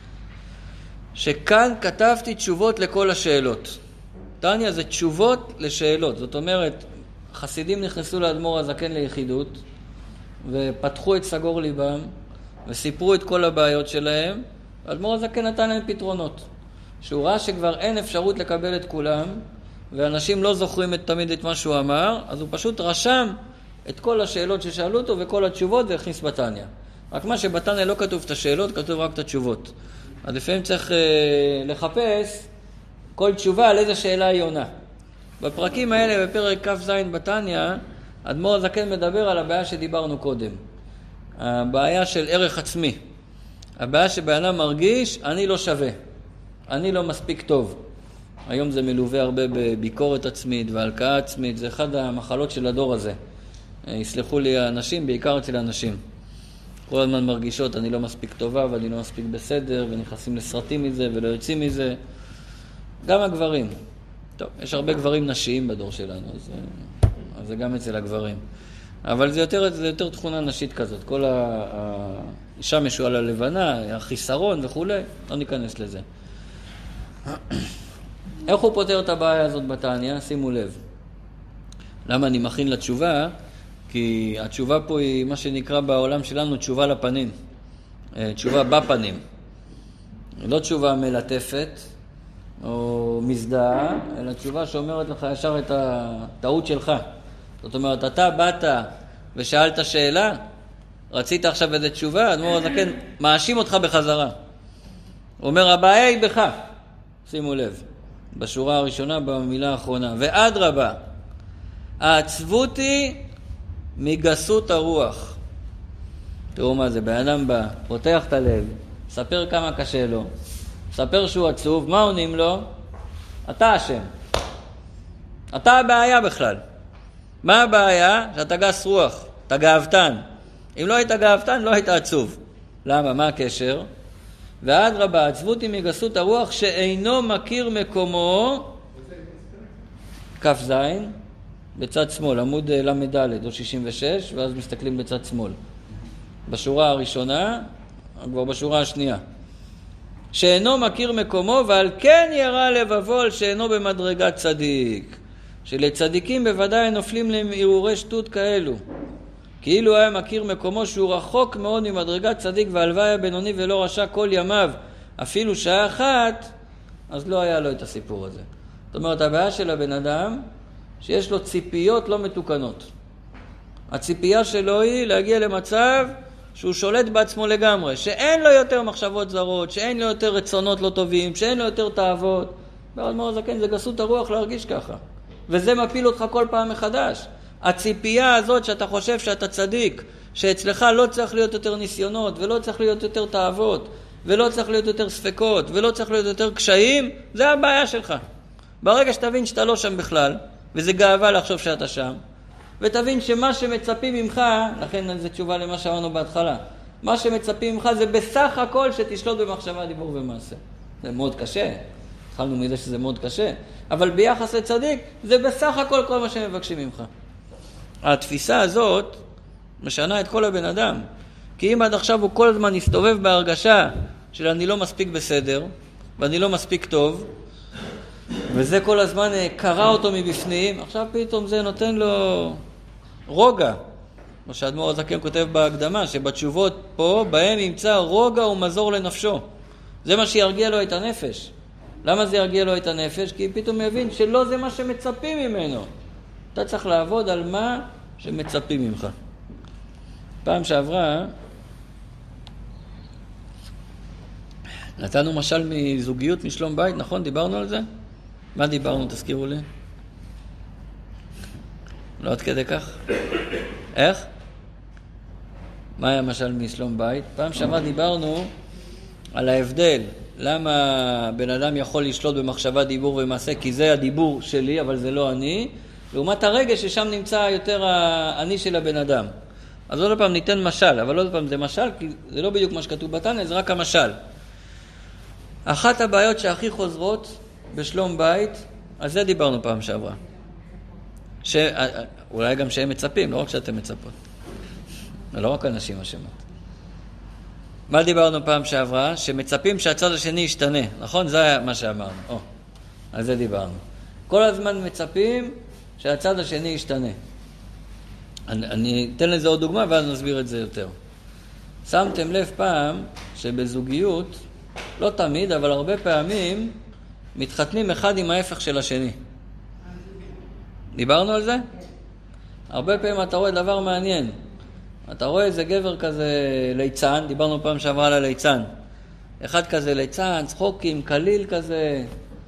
שכאן כתבתי תשובות לכל השאלות. תניה זה תשובות לשאלות, זאת אומרת, חסידים נכנסו לאדמו"ר הזקן ליחידות, ופתחו את סגור ליבם, וסיפרו את כל הבעיות שלהם, ואדמו"ר הזקן נתן להם פתרונות. שהוא ראה שכבר אין אפשרות לקבל את כולם, ואנשים לא זוכרים את, תמיד את מה שהוא אמר, אז הוא פשוט רשם את כל השאלות ששאלו אותו וכל התשובות והכניס בתניה. רק מה שבתניה לא כתוב את השאלות, כתוב רק את התשובות. אז לפעמים צריך אה, לחפש כל תשובה על איזה שאלה היא עונה. בפרקים האלה, בפרק כ"ז בתניה, אדמו"ר הזקן מדבר על הבעיה שדיברנו קודם. הבעיה של ערך עצמי. הבעיה שבאדם מרגיש, אני לא שווה. אני לא מספיק טוב. היום זה מלווה הרבה בביקורת עצמית והלקאה עצמית. זה אחד המחלות של הדור הזה. יסלחו לי האנשים, בעיקר אצל האנשים. כל הזמן מרגישות, אני לא מספיק טובה ואני לא מספיק בסדר, ונכנסים לסרטים מזה ולא יוצאים מזה. גם הגברים. טוב, יש הרבה גברים נשיים בדור שלנו, אז, אז זה גם אצל הגברים. אבל זה יותר, זה יותר תכונה נשית כזאת. כל האישה משועל הלבנה, החיסרון וכו', לא ניכנס לזה. איך הוא פותר את הבעיה הזאת בתניה? שימו לב. למה אני מכין לתשובה? כי התשובה פה היא מה שנקרא בעולם שלנו תשובה לפנים. תשובה בפנים. לא תשובה מלטפת או מזדהה, אלא תשובה שאומרת לך ישר את הטעות שלך. זאת אומרת, אתה באת ושאלת שאלה, רצית עכשיו איזו תשובה, אדמו"ר הזקן מאשים אותך בחזרה. הוא אומר, הבעיה היא בך. שימו לב, בשורה הראשונה, במילה האחרונה. ואדרבה, העצבות היא מגסות הרוח. תראו מה זה, בן אדם בא, פותח את הלב, ספר כמה קשה לו, ספר שהוא עצוב, מה עונים לו? אתה אשם. אתה הבעיה בכלל. מה הבעיה? שאתה גס רוח, אתה גאוותן. אם לא היית גאוותן, לא היית עצוב. למה? מה הקשר? ואדרבה, העצבות היא מגסות הרוח שאינו מכיר מקומו, כף זין, בצד שמאל, עמוד למדלת, או שישים ושש, ואז מסתכלים בצד שמאל. בשורה הראשונה, כבר בשורה השנייה. שאינו מכיר מקומו, ועל כן ירא לבבו על שאינו במדרגת צדיק. שלצדיקים בוודאי נופלים להם ערעורי שטות כאלו. כאילו היה מכיר מקומו שהוא רחוק מאוד ממדרגת צדיק, והלוואי הבינוני ולא רשע כל ימיו, אפילו שעה אחת, אז לא היה לו את הסיפור הזה. זאת אומרת, הבעיה של הבן אדם, שיש לו ציפיות לא מתוקנות. הציפייה שלו היא להגיע למצב שהוא שולט בעצמו לגמרי, שאין לו יותר מחשבות זרות, שאין לו יותר רצונות לא טובים, שאין לו יותר תאוות. בעוד מאוד זקן, זה גסות הרוח להרגיש ככה. וזה מפיל אותך כל פעם מחדש. הציפייה הזאת שאתה חושב שאתה צדיק, שאצלך לא צריך להיות יותר ניסיונות, ולא צריך להיות יותר תאוות, ולא צריך להיות יותר ספקות, ולא צריך להיות יותר קשיים, זה הבעיה שלך. ברגע שתבין שאתה לא שם בכלל, וזה גאווה לחשוב שאתה שם, ותבין שמה שמצפים ממך, לכן זו תשובה למה שאמרנו בהתחלה, מה שמצפים ממך זה בסך הכל שתשלוט במחשבה, דיבור ומעשה. זה מאוד קשה, התחלנו מזה שזה מאוד קשה, אבל ביחס לצדיק זה בסך הכל כל מה שמבקשים ממך. התפיסה הזאת משנה את כל הבן אדם, כי אם עד עכשיו הוא כל הזמן יסתובב בהרגשה של אני לא מספיק בסדר, ואני לא מספיק טוב, וזה כל הזמן קרא אותו מבפנים, עכשיו פתאום זה נותן לו רוגע. כמו שהאדמו"ר הזקן כותב בהקדמה, שבתשובות פה, בהם ימצא רוגע ומזור לנפשו. זה מה שירגיע לו את הנפש. למה זה ירגיע לו את הנפש? כי פתאום מבין שלא זה מה שמצפים ממנו. אתה צריך לעבוד על מה שמצפים ממך. פעם שעברה, נתנו משל מזוגיות, משלום בית, נכון? דיברנו על זה? מה דיברנו? תזכירו לי. לא עד כדי כך. איך? מה היה משל משלום בית? פעם שעברה דיברנו על ההבדל. למה בן אדם יכול לשלוט במחשבה, דיבור ומעשה, כי זה הדיבור שלי, אבל זה לא אני. לעומת הרגש ששם נמצא יותר האני של הבן אדם. אז עוד פעם ניתן משל, אבל עוד פעם זה משל, כי זה לא בדיוק מה שכתוב בתניא, זה רק המשל. אחת הבעיות שהכי חוזרות בשלום בית, על זה דיברנו פעם שעברה. ש... אולי גם שהם מצפים, לא רק שאתם מצפות. לא רק אנשים אשמות. מה דיברנו פעם שעברה? שמצפים שהצד השני ישתנה, נכון? זה היה מה שאמרנו. או, על זה דיברנו. כל הזמן מצפים שהצד השני ישתנה. אני, אני אתן לזה עוד דוגמה ואז נסביר את זה יותר. שמתם לב פעם שבזוגיות, לא תמיד, אבל הרבה פעמים, מתחתנים אחד עם ההפך של השני. דיברנו על זה? הרבה פעמים אתה רואה דבר מעניין. אתה רואה איזה גבר כזה ליצן, דיברנו פעם שעברה על הליצן. אחד כזה ליצן, צחוקים, קליל כזה,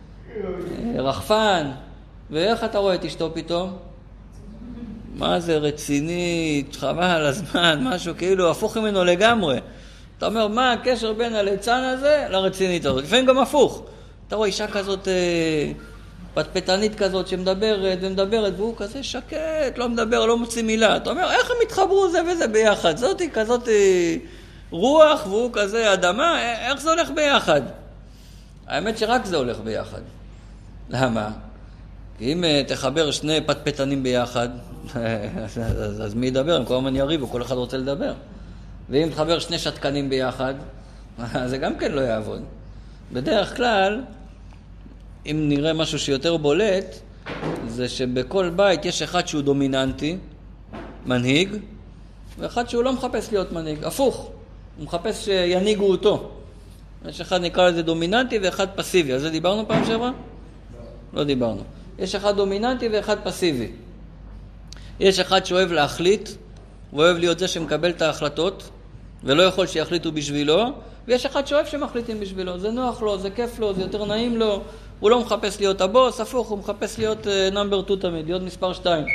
רחפן. ואיך אתה רואה את אשתו פתאום? מה זה רצינית, חבל על הזמן, משהו כאילו הפוך ממנו לגמרי. אתה אומר, מה הקשר בין הליצן הזה לרצינית הזאת? לפעמים גם הפוך. אתה רואה אישה כזאת אה, פטפטנית כזאת שמדברת ומדברת, והוא כזה שקט, לא מדבר, לא מוציא מילה. אתה אומר, איך הם התחברו זה וזה ביחד? זאת היא כזאת אה, רוח והוא כזה אדמה, איך זה הולך ביחד? האמת שרק זה הולך ביחד. למה? כי אם uh, תחבר שני פטפטנים ביחד, אז, אז, אז מי ידבר? הם כל הזמן יריבו, כל אחד רוצה לדבר. ואם תחבר שני שתקנים ביחד, זה גם כן לא יעבוד. בדרך כלל, אם נראה משהו שיותר בולט, זה שבכל בית יש אחד שהוא דומיננטי, מנהיג, ואחד שהוא לא מחפש להיות מנהיג, הפוך. הוא מחפש שיניגו אותו. יש אחד נקרא לזה דומיננטי ואחד פסיבי. אז זה דיברנו פעם שעברה? לא. לא דיברנו. יש אחד דומיננטי ואחד פסיבי. יש אחד שאוהב להחליט, הוא אוהב להיות זה שמקבל את ההחלטות, ולא יכול שיחליטו בשבילו, ויש אחד שאוהב שמחליטים בשבילו, זה נוח לו, זה כיף לו, זה יותר נעים לו, הוא לא מחפש להיות הבוס, הפוך, הוא מחפש להיות נאמבר טו תמיד, להיות מספר שתיים.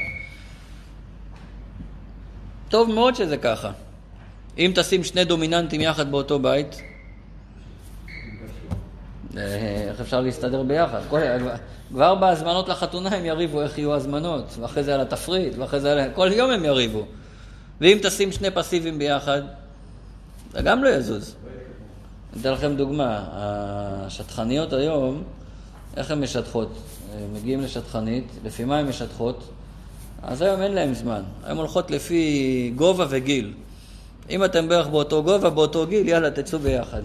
טוב מאוד שזה ככה. אם תשים שני דומיננטים יחד באותו בית, איך אפשר להסתדר ביחד? כבר בהזמנות לחתונה הם יריבו איך יהיו הזמנות, ואחרי זה על התפריט, ואחרי זה על... כל יום הם יריבו. ואם תשים שני פסיבים ביחד, זה גם לא יזוז. אני אתן לכם דוגמה, השטחניות היום, איך הן משטחות? מגיעים לשטחנית, לפי מה הן משטחות? אז היום אין להם זמן. הן הולכות לפי גובה וגיל. אם אתם בערך באותו גובה, באותו גיל, יאללה, תצאו ביחד.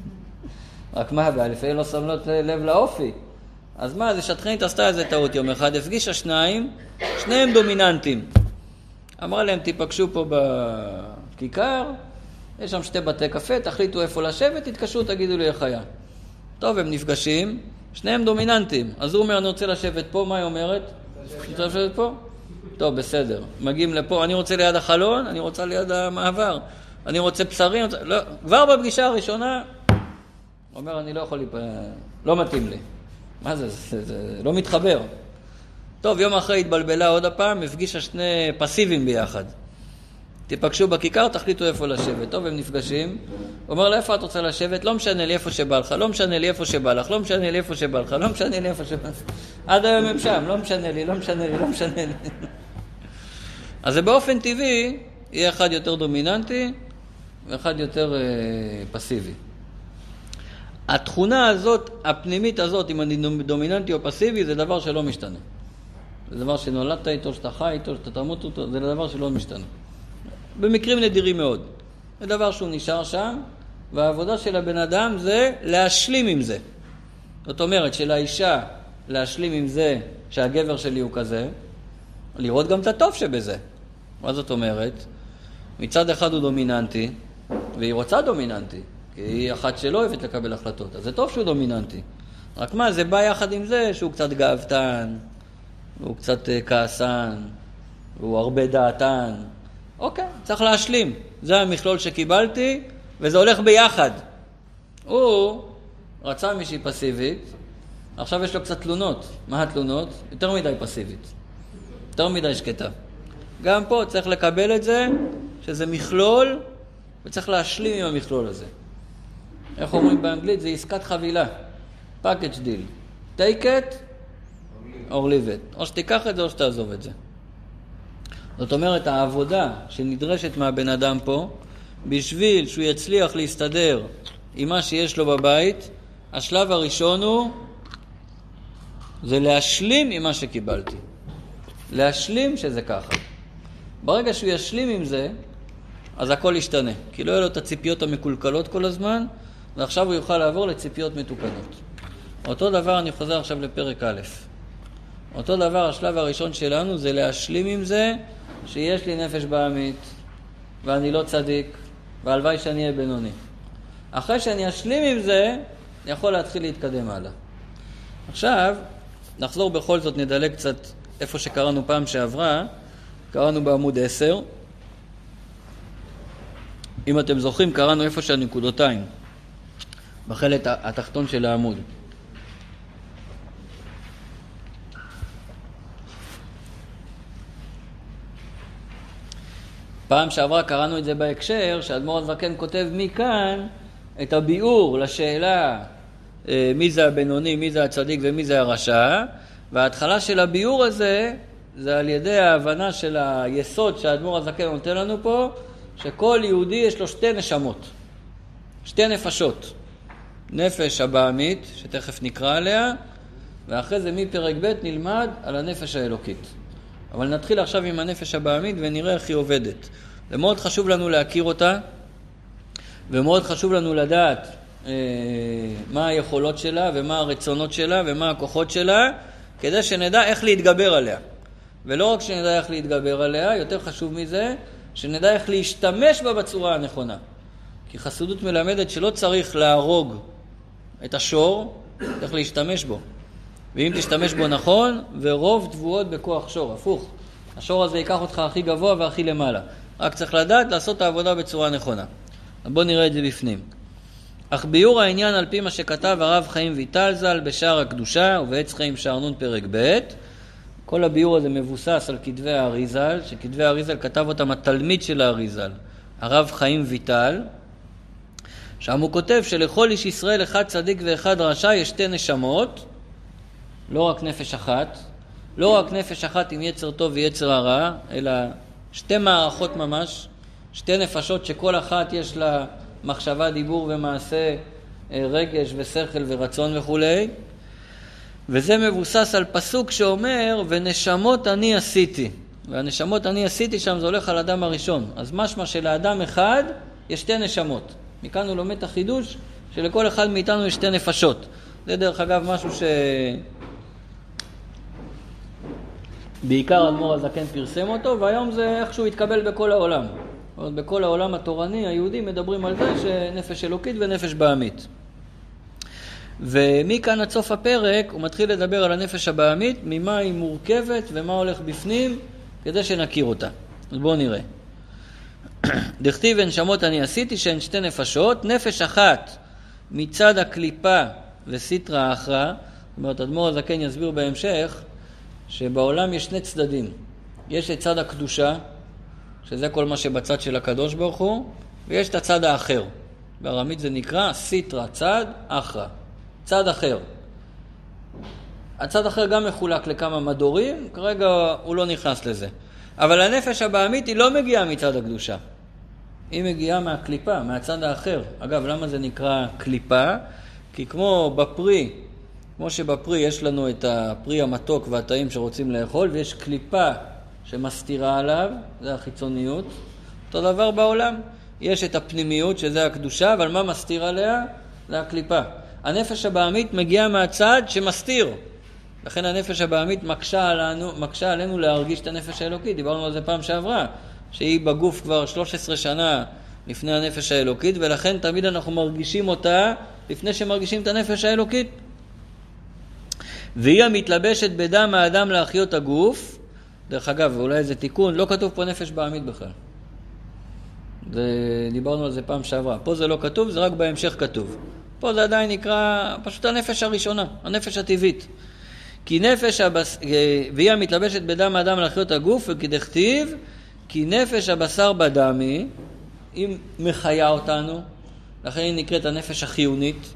רק מה הבעיה? לפעמים לא שמות לב לאופי. אז מה, זה שטחנית עשתה איזה טעות יום אחד, הפגישה שניים, שניהם דומיננטים. אמרה להם, תיפגשו פה בכיכר, יש שם שתי בתי קפה, תחליטו איפה לשבת, תתקשרו, תגידו לי איך היה. טוב, הם נפגשים, שניהם דומיננטים. אז הוא אומר, אני רוצה לשבת פה, מה היא אומרת? רוצה לשבת פה? טוב, בסדר. מגיעים לפה, אני רוצה ליד החלון, אני רוצה ליד המעבר. אני רוצה בשרים, רוצה... לא, כבר בפגישה הראשונה, הוא אומר, אני לא יכול להיפ... לא מתאים לי. מה זה? זה, זה לא מתחבר. טוב, יום אחרי התבלבלה עוד הפעם, הפגישה שני פסיבים ביחד. תיפגשו בכיכר, תחליטו איפה לשבת. טוב, הם נפגשים. הוא אומר, לאיפה את רוצה לשבת? לא משנה לי איפה שבא לך, לא משנה לי איפה שבא לך, לא משנה לי איפה שבא לך, לא משנה לי איפה שבא לך. עד היום הם שם, לא משנה לי, לא משנה לי, לא משנה לי. אז זה באופן טבעי, יהיה אחד יותר דומיננטי, ואחד יותר אה, פסיבי. התכונה הזאת, הפנימית הזאת, אם אני דומיננטי או פסיבי, זה דבר שלא משתנה. זה דבר שנולדת איתו, שאתה חי איתו, שאתה תמות איתו, זה דבר שלא משתנה. במקרים נדירים מאוד. זה דבר שהוא נשאר שם, והעבודה של הבן אדם זה להשלים עם זה. זאת אומרת, של האישה להשלים עם זה שהגבר שלי הוא כזה, לראות גם את הטוב שבזה. מה זאת אומרת? מצד אחד הוא דומיננטי, והיא רוצה דומיננטי. כי היא אחת שלא אוהבת לקבל החלטות. אז זה טוב שהוא דומיננטי. רק מה, זה בא יחד עם זה שהוא קצת גאוותן, הוא קצת כעסן, הוא הרבה דעתן. אוקיי, צריך להשלים. זה המכלול שקיבלתי, וזה הולך ביחד. הוא רצה מישהי פסיבית, עכשיו יש לו קצת תלונות. מה התלונות? יותר מדי פסיבית. יותר מדי שקטה. גם פה צריך לקבל את זה, שזה מכלול, וצריך להשלים עם המכלול הזה. איך אומרים באנגלית? זה עסקת חבילה. package deal. take it or leave it. או שתיקח את זה או שתעזוב את זה. זאת אומרת, העבודה שנדרשת מהבן אדם פה, בשביל שהוא יצליח להסתדר עם מה שיש לו בבית, השלב הראשון הוא, זה להשלים עם מה שקיבלתי. להשלים שזה ככה. ברגע שהוא ישלים עם זה, אז הכל ישתנה. כי לא יהיו לו את הציפיות המקולקלות כל הזמן, ועכשיו הוא יוכל לעבור לציפיות מתוקנות. אותו דבר אני חוזר עכשיו לפרק א'. אותו דבר, השלב הראשון שלנו זה להשלים עם זה שיש לי נפש בעמית, ואני לא צדיק, והלוואי שאני אהיה בינוני. אחרי שאני אשלים עם זה, אני יכול להתחיל להתקדם הלאה. עכשיו, נחזור בכל זאת, נדלג קצת איפה שקראנו פעם שעברה, קראנו בעמוד עשר. אם אתם זוכרים, קראנו איפה שהנקודותיים, בחלק התחתון של העמוד. פעם שעברה קראנו את זה בהקשר, שהאדמו"ר הזקן כותב מכאן את הביאור לשאלה מי זה הבינוני, מי זה הצדיק ומי זה הרשע, וההתחלה של הביאור הזה זה על ידי ההבנה של היסוד שהאדמו"ר הזקן נותן לנו פה, שכל יהודי יש לו שתי נשמות, שתי נפשות. נפש הבעמית, שתכף נקרא עליה, ואחרי זה מפרק ב' נלמד על הנפש האלוקית. אבל נתחיל עכשיו עם הנפש הבעמית ונראה איך היא עובדת. זה מאוד חשוב לנו להכיר אותה, ומאוד חשוב לנו לדעת אה, מה היכולות שלה, ומה הרצונות שלה, ומה הכוחות שלה, כדי שנדע איך להתגבר עליה. ולא רק שנדע איך להתגבר עליה, יותר חשוב מזה, שנדע איך להשתמש בה בצורה הנכונה. כי חסידות מלמדת שלא צריך להרוג את השור, צריך להשתמש בו. ואם תשתמש בו נכון, ורוב תבואות בכוח שור, הפוך. השור הזה ייקח אותך הכי גבוה והכי למעלה. רק צריך לדעת לעשות את העבודה בצורה נכונה. בואו נראה את זה בפנים. אך ביור העניין על פי מה שכתב הרב חיים ויטל ז"ל בשער הקדושה ובעץ חיים שער נון פרק ב', כל הביור הזה מבוסס על כתבי האריז"ל, שכתבי האריז"ל כתב אותם התלמיד של האריז"ל, הרב חיים ויטל, שם הוא כותב שלכל איש ישראל אחד צדיק ואחד רשע יש שתי נשמות, לא רק נפש אחת, לא רק נפש אחת עם יצר טוב ויצר הרע, אלא שתי מערכות ממש, שתי נפשות שכל אחת יש לה מחשבה, דיבור ומעשה, רגש ושכל ורצון וכו'. וזה מבוסס על פסוק שאומר, ונשמות אני עשיתי. והנשמות אני עשיתי שם זה הולך על אדם הראשון. אז משמע שלאדם אחד יש שתי נשמות. מכאן הוא לומד את החידוש שלכל אחד מאיתנו יש שתי נפשות. זה דרך אגב משהו ש... בעיקר אדמו"ר הזקן פרסם אותו, והיום זה איכשהו התקבל בכל העולם. בכל העולם התורני, היהודי, מדברים על זה שנפש אלוקית ונפש בהמית. ומכאן עד סוף הפרק הוא מתחיל לדבר על הנפש הבהמית, ממה היא מורכבת ומה הולך בפנים, כדי שנכיר אותה. אז בואו נראה. דכתיב ונשמות אני עשיתי שהן שתי נפשות, נפש אחת מצד הקליפה וסיטרא אחרא. זאת אומרת, אדמו"ר הזקן יסביר בהמשך שבעולם יש שני צדדים. יש את צד הקדושה, שזה כל מה שבצד של הקדוש ברוך הוא, ויש את הצד האחר. בארמית זה נקרא סיטרא, צד אחרא. צד אחר. הצד אחר גם מחולק לכמה מדורים, כרגע הוא לא נכנס לזה. אבל הנפש הבהמית היא לא מגיעה מצד הקדושה. היא מגיעה מהקליפה, מהצד האחר. אגב, למה זה נקרא קליפה? כי כמו בפרי, כמו שבפרי יש לנו את הפרי המתוק והטעים שרוצים לאכול, ויש קליפה שמסתירה עליו, זה החיצוניות. אותו דבר בעולם. יש את הפנימיות שזה הקדושה, אבל מה מסתיר עליה? זה הקליפה. הנפש הבהמית מגיעה מהצד שמסתיר. לכן הנפש הבהמית מקשה עלינו, מקשה עלינו להרגיש את הנפש האלוקית. דיברנו על זה פעם שעברה, שהיא בגוף כבר שלוש עשרה שנה לפני הנפש האלוקית, ולכן תמיד אנחנו מרגישים אותה לפני שמרגישים את הנפש האלוקית. והיא המתלבשת בדם האדם להחיות הגוף. דרך אגב, אולי איזה תיקון, לא כתוב פה נפש בהמית בכלל. זה, דיברנו על זה פעם שעברה. פה זה לא כתוב, זה רק בהמשך כתוב. פה זה עדיין נקרא פשוט הנפש הראשונה, הנפש הטבעית. כי נפש הבס... והיא המתלבשת בדם האדם להחיות הגוף, וכדכתיב, כי נפש הבשר בדמי, היא מחיה אותנו, לכן היא נקראת הנפש החיונית,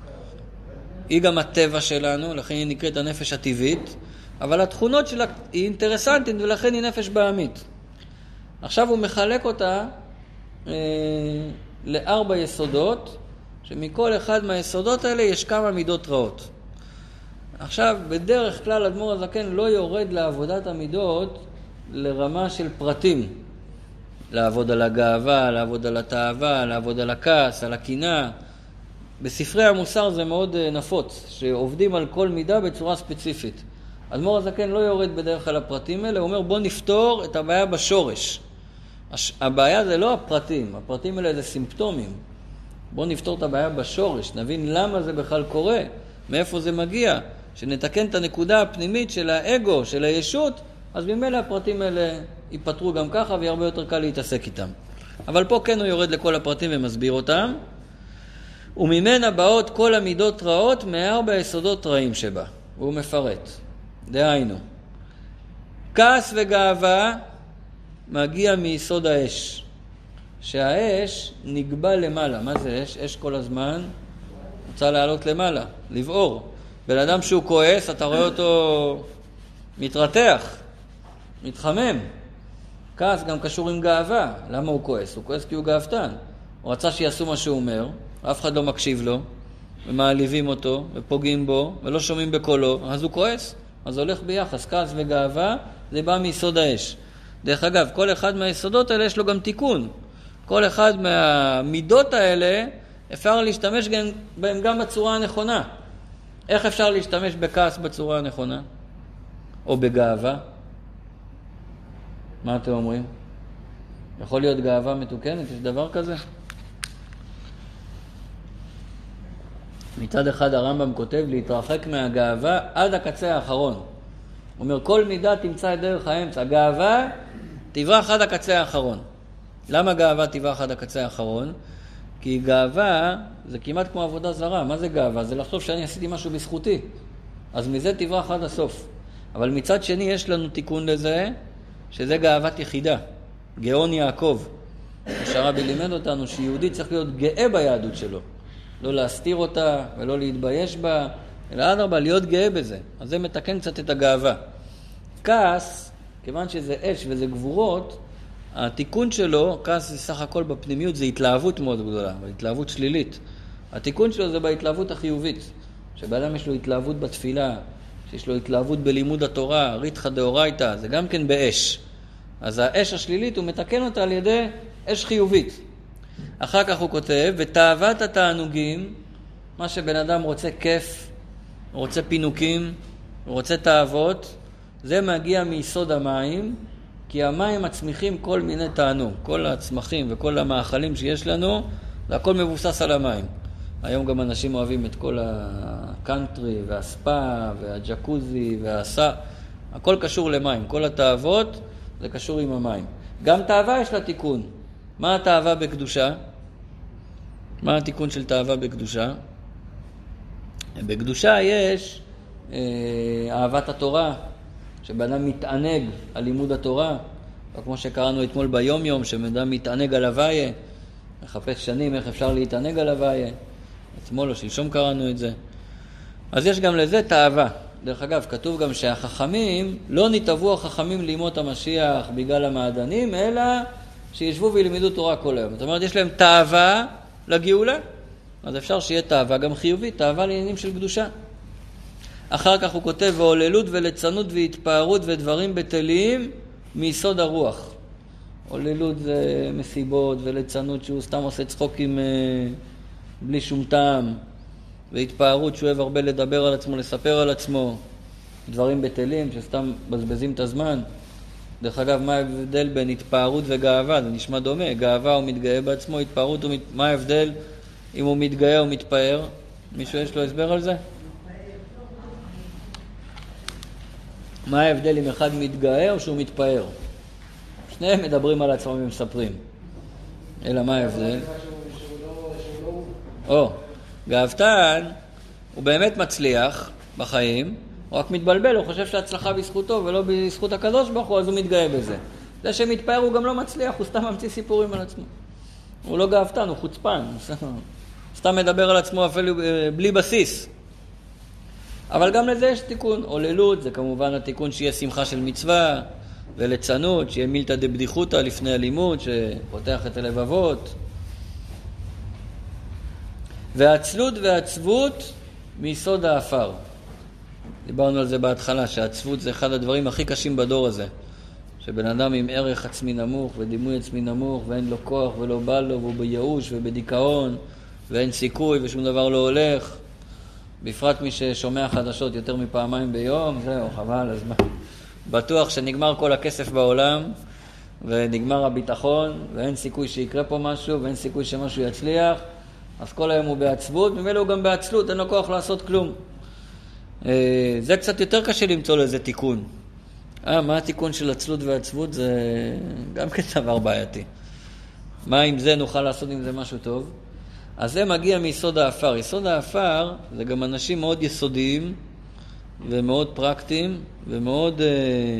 היא גם הטבע שלנו, לכן היא נקראת הנפש הטבעית, אבל התכונות שלה היא אינטרסנטית, ולכן היא נפש בהמית. עכשיו הוא מחלק אותה אה, לארבע יסודות, שמכל אחד מהיסודות האלה יש כמה מידות רעות. עכשיו, בדרך כלל אדמו"ר הזקן לא יורד לעבודת המידות לרמה של פרטים. לעבוד על הגאווה, לעבוד על התאווה, לעבוד על הכעס, על הקנאה. בספרי המוסר זה מאוד נפוץ, שעובדים על כל מידה בצורה ספציפית. אדמו"ר הזקן לא יורד בדרך כלל לפרטים האלה, הוא אומר בוא נפתור את הבעיה בשורש. הבעיה זה לא הפרטים, הפרטים האלה זה סימפטומים. בוא נפתור את הבעיה בשורש, נבין למה זה בכלל קורה, מאיפה זה מגיע, שנתקן את הנקודה הפנימית של האגו, של הישות, אז במילא הפרטים האלה ייפתרו גם ככה, ויהיה הרבה יותר קל להתעסק איתם. אבל פה כן הוא יורד לכל הפרטים ומסביר אותם, וממנה באות כל המידות רעות מארבע יסודות רעים שבה. והוא מפרט. דהיינו, כעס וגאווה מגיע מיסוד האש. שהאש נגבה למעלה. מה זה אש? אש כל הזמן רוצה לעלות למעלה, לבעור. בן אדם שהוא כועס, אתה רואה אותו מתרתח, מתחמם. כעס גם קשור עם גאווה. למה הוא כועס? הוא כועס כי הוא גאוותן. הוא רצה שיעשו מה שהוא אומר, אף אחד לא מקשיב לו, ומעליבים אותו, ופוגעים בו, ולא שומעים בקולו, אז הוא כועס. אז הולך ביחס, כעס וגאווה, זה בא מיסוד האש. דרך אגב, כל אחד מהיסודות האלה יש לו גם תיקון. כל אחד מהמידות האלה אפשר להשתמש בהם גם בצורה הנכונה. איך אפשר להשתמש בכעס בצורה הנכונה? או בגאווה? מה אתם אומרים? יכול להיות גאווה מתוקנת? יש דבר כזה? מצד אחד הרמב"ם כותב להתרחק מהגאווה עד הקצה האחרון. הוא אומר כל מידה תמצא את דרך האמצע. גאווה תברח עד הקצה האחרון. למה גאווה תברח עד הקצה האחרון? כי גאווה זה כמעט כמו עבודה זרה. מה זה גאווה? זה לחשוב שאני עשיתי משהו בזכותי. אז מזה תברח עד הסוף. אבל מצד שני יש לנו תיקון לזה, שזה גאוות יחידה. גאון יעקב. שהרבי לימד אותנו שיהודי צריך להיות גאה ביהדות שלו. לא להסתיר אותה ולא להתבייש בה, אלא אדרבה, להיות גאה בזה. אז זה מתקן קצת את הגאווה. כעס, כיוון שזה אש וזה גבורות, התיקון שלו, כעס זה סך הכל בפנימיות, זה התלהבות מאוד גדולה, התלהבות שלילית. התיקון שלו זה בהתלהבות החיובית. שבאדם יש לו התלהבות בתפילה, שיש לו התלהבות בלימוד התורה, ריתחא דאורייתא, זה גם כן באש. אז האש השלילית הוא מתקן אותה על ידי אש חיובית. אחר כך הוא כותב, ותאוות התענוגים, מה שבן אדם רוצה כיף, רוצה פינוקים, רוצה תאוות, זה מגיע מיסוד המים, כי המים מצמיחים כל מיני תענוג. כל הצמחים וכל המאכלים שיש לנו, זה הכל מבוסס על המים. היום גם אנשים אוהבים את כל הקנטרי והספא והג'קוזי והסא. הכל קשור למים. כל התאוות זה קשור עם המים. גם תאווה יש לה תיקון. מה התאווה בקדושה? מה התיקון של תאווה בקדושה? בקדושה יש אה, אהבת התורה, שבאדם מתענג על לימוד התורה, כמו שקראנו אתמול ביום יום, שבאדם מתענג על הוויה, מחפש שנים איך אפשר להתענג על הוויה, אתמול או שלשום קראנו את זה. אז יש גם לזה תאווה. דרך אגב, כתוב גם שהחכמים, לא נתאבו החכמים לימות המשיח בגלל המעדנים, אלא שישבו וילמדו תורה כל היום. זאת אומרת, יש להם תאווה לגאולה, אז אפשר שיהיה תאווה גם חיובית, תאווה לעניינים של קדושה. אחר כך הוא כותב, והוללות וליצנות והתפארות ודברים בטלים מיסוד הרוח. הוללות זה מסיבות וליצנות שהוא סתם עושה צחוקים בלי שום טעם, והתפארות שהוא אוהב הרבה לדבר על עצמו, לספר על עצמו, דברים בטלים שסתם בזבזים את הזמן. דרך אגב, מה ההבדל בין התפארות וגאווה? זה נשמע דומה. גאווה הוא מתגאה בעצמו, התפארות הוא מת... מה ההבדל אם הוא מתגאה או מתפאר? מישהו יש לו הסבר על זה? מה ההבדל אם אחד מתגאה או שהוא מתפאר? שניהם מדברים על עצמם ומספרים. אלא מה ההבדל? או, גאוותן הוא באמת מצליח בחיים, הוא רק מתבלבל, הוא חושב שההצלחה בזכותו ולא בזכות הקדוש ברוך הוא, אז הוא מתגאה בזה. זה שמתפאר הוא גם לא מצליח, הוא סתם ממציא סיפורים על עצמו. הוא לא גאוותן, הוא חוצפן, הוא סתם מדבר על עצמו אפילו בלי בסיס. אבל גם לזה יש תיקון. הוללות זה כמובן התיקון שיהיה שמחה של מצווה, וליצנות, שיהיה מילתא דבדיחותא לפני הלימוד, שפותח את הלבבות. והעצלות והעצבות מיסוד האפר. דיברנו על זה בהתחלה, שהעצבות זה אחד הדברים הכי קשים בדור הזה. שבן אדם עם ערך עצמי נמוך ודימוי עצמי נמוך, ואין לו כוח ולא בא לו, והוא בייאוש ובדיכאון, ואין סיכוי ושום דבר לא הולך. בפרט מי ששומע חדשות יותר מפעמיים ביום, זהו, חבל, אז מה? בטוח שנגמר כל הכסף בעולם, ונגמר הביטחון, ואין סיכוי שיקרה פה משהו, ואין סיכוי שמשהו יצליח, אז כל היום הוא בעצבות, ממילא הוא גם בעצלות, אין לו כוח לעשות כלום. זה קצת יותר קשה למצוא לזה תיקון. אה, מה התיקון של עצלות ועצבות? זה גם כן דבר בעייתי. מה עם זה נוכל לעשות עם זה משהו טוב? אז זה מגיע מיסוד האפר. יסוד האפר זה גם אנשים מאוד יסודיים ומאוד פרקטיים ומאוד אה,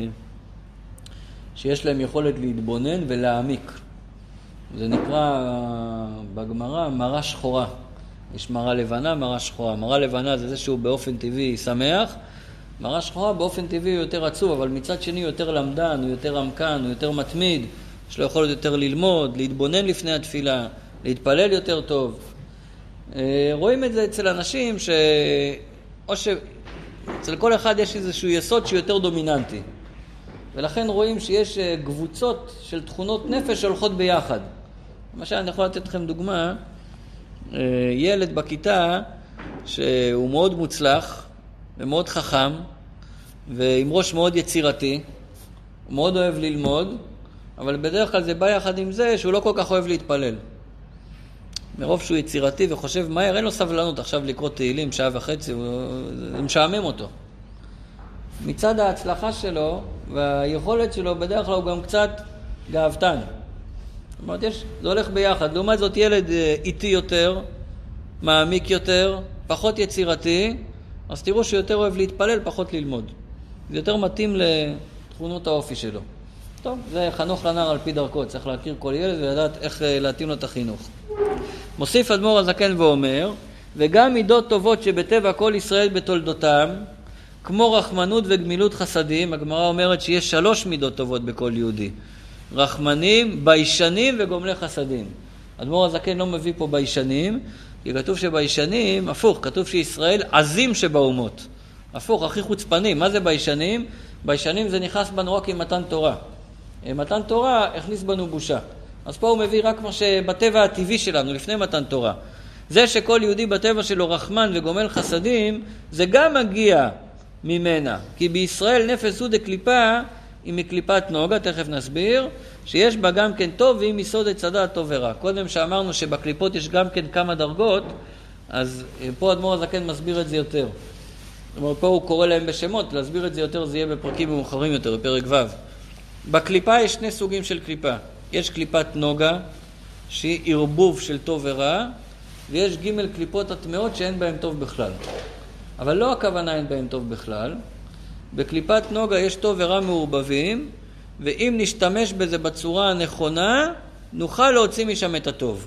שיש להם יכולת להתבונן ולהעמיק. זה נקרא בגמרא מראה שחורה. יש מראה לבנה, מראה שחורה. מראה לבנה זה זה שהוא באופן טבעי שמח. מראה שחורה באופן טבעי הוא יותר עצוב, אבל מצד שני הוא יותר למדן, הוא יותר עמקן, הוא יותר מתמיד. יש לו יכולת יותר ללמוד, להתבונן לפני התפילה, להתפלל יותר טוב. רואים את זה אצל אנשים ש... או ש... אצל כל אחד יש איזשהו יסוד שהוא יותר דומיננטי. ולכן רואים שיש קבוצות של תכונות נפש שהולכות ביחד. למשל, אני יכול לתת לכם דוגמה. ילד בכיתה שהוא מאוד מוצלח ומאוד חכם ועם ראש מאוד יצירתי, הוא מאוד אוהב ללמוד, אבל בדרך כלל זה בא יחד עם זה שהוא לא כל כך אוהב להתפלל. מרוב שהוא יצירתי וחושב מהר, אין לו סבלנות עכשיו לקרוא תהילים שעה וחצי, זה משעמם אותו. מצד ההצלחה שלו והיכולת שלו, בדרך כלל הוא גם קצת גאוותן. זאת אומרת, יש, זה הולך ביחד. לעומת זאת, ילד איטי יותר, מעמיק יותר, פחות יצירתי, אז תראו שהוא יותר אוהב להתפלל, פחות ללמוד. זה יותר מתאים לתכונות האופי שלו. טוב, זה חנוך לנער על פי דרכו, צריך להכיר כל ילד ולדעת איך להתאים לו את החינוך. מוסיף אדמו"ר הזקן ואומר, וגם מידות טובות שבטבע כל ישראל בתולדותם, כמו רחמנות וגמילות חסדים, הגמרא אומרת שיש שלוש מידות טובות בכל יהודי. רחמנים, ביישנים וגומלי חסדים. אדמו"ר הזקן לא מביא פה ביישנים, כי כתוב שביישנים, הפוך, כתוב שישראל עזים שבאומות. הפוך, הכי חוצפנים. מה זה ביישנים? ביישנים זה נכנס בנו רק עם מתן תורה. מתן תורה הכניס בנו בושה. אז פה הוא מביא רק מה שבטבע הטבעי שלנו, לפני מתן תורה. זה שכל יהודי בטבע שלו רחמן וגומל חסדים, זה גם מגיע ממנה. כי בישראל נפש זו דקליפה היא מקליפת נוגה, תכף נסביר, שיש בה גם כן טוב ואם יסוד את צדה טוב ורע. קודם שאמרנו שבקליפות יש גם כן כמה דרגות, אז פה אדמו"ר הזקן מסביר את זה יותר. זאת אומרת, פה הוא קורא להם בשמות, להסביר את זה יותר זה יהיה בפרקים מאוחרים יותר, בפרק ו'. בקליפה יש שני סוגים של קליפה. יש קליפת נוגה, שהיא ערבוב של טוב ורע, ויש ג' קליפות הטמעות שאין בהן טוב בכלל. אבל לא הכוונה אין בהן טוב בכלל. בקליפת נוגה יש טוב ורע מעורבבים, ואם נשתמש בזה בצורה הנכונה, נוכל להוציא משם את הטוב.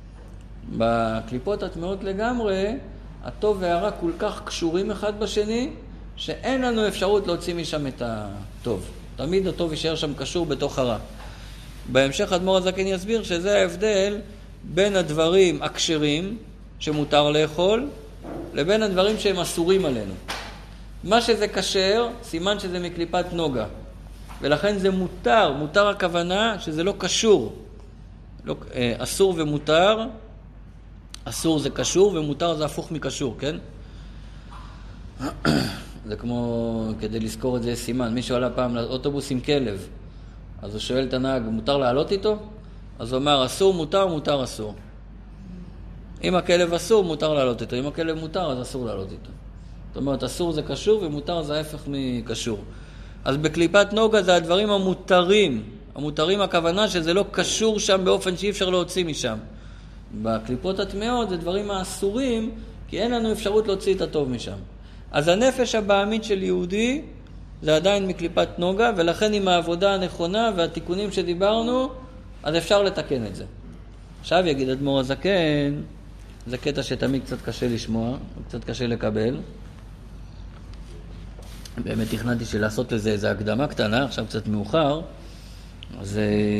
בקליפות הטמעות לגמרי, הטוב והרע כל כך קשורים אחד בשני, שאין לנו אפשרות להוציא משם את הטוב. תמיד הטוב יישאר שם קשור בתוך הרע. בהמשך אדמו"ר הזקן יסביר שזה ההבדל בין הדברים הכשרים שמותר לאכול, לבין הדברים שהם אסורים עלינו. מה שזה כשר, סימן שזה מקליפת נוגה. ולכן זה מותר, מותר הכוונה שזה לא קשור. לא, אסור ומותר, אסור זה קשור ומותר זה הפוך מקשור, כן? זה כמו, כדי לזכור את זה סימן, מישהו עלה פעם לאוטובוס עם כלב, אז הוא שואל את הנהג, מותר לעלות איתו? אז הוא אומר, אסור מותר, מותר אסור. אם הכלב אסור, מותר לעלות איתו. אם הכלב מותר, אז אסור לעלות איתו. זאת אומרת, אסור זה קשור ומותר זה ההפך מקשור. אז בקליפת נוגה זה הדברים המותרים. המותרים הכוונה שזה לא קשור שם באופן שאי אפשר להוציא משם. בקליפות הטמעות זה דברים האסורים, כי אין לנו אפשרות להוציא את הטוב משם. אז הנפש הבעמית של יהודי זה עדיין מקליפת נוגה, ולכן עם העבודה הנכונה והתיקונים שדיברנו, אז אפשר לתקן את זה. עכשיו יגיד אדמו"ר הזקן, זה קטע שתמיד קצת קשה לשמוע, קצת קשה לקבל. באמת תכננתי שלעשות לזה איזו הקדמה קטנה, עכשיו קצת מאוחר, אז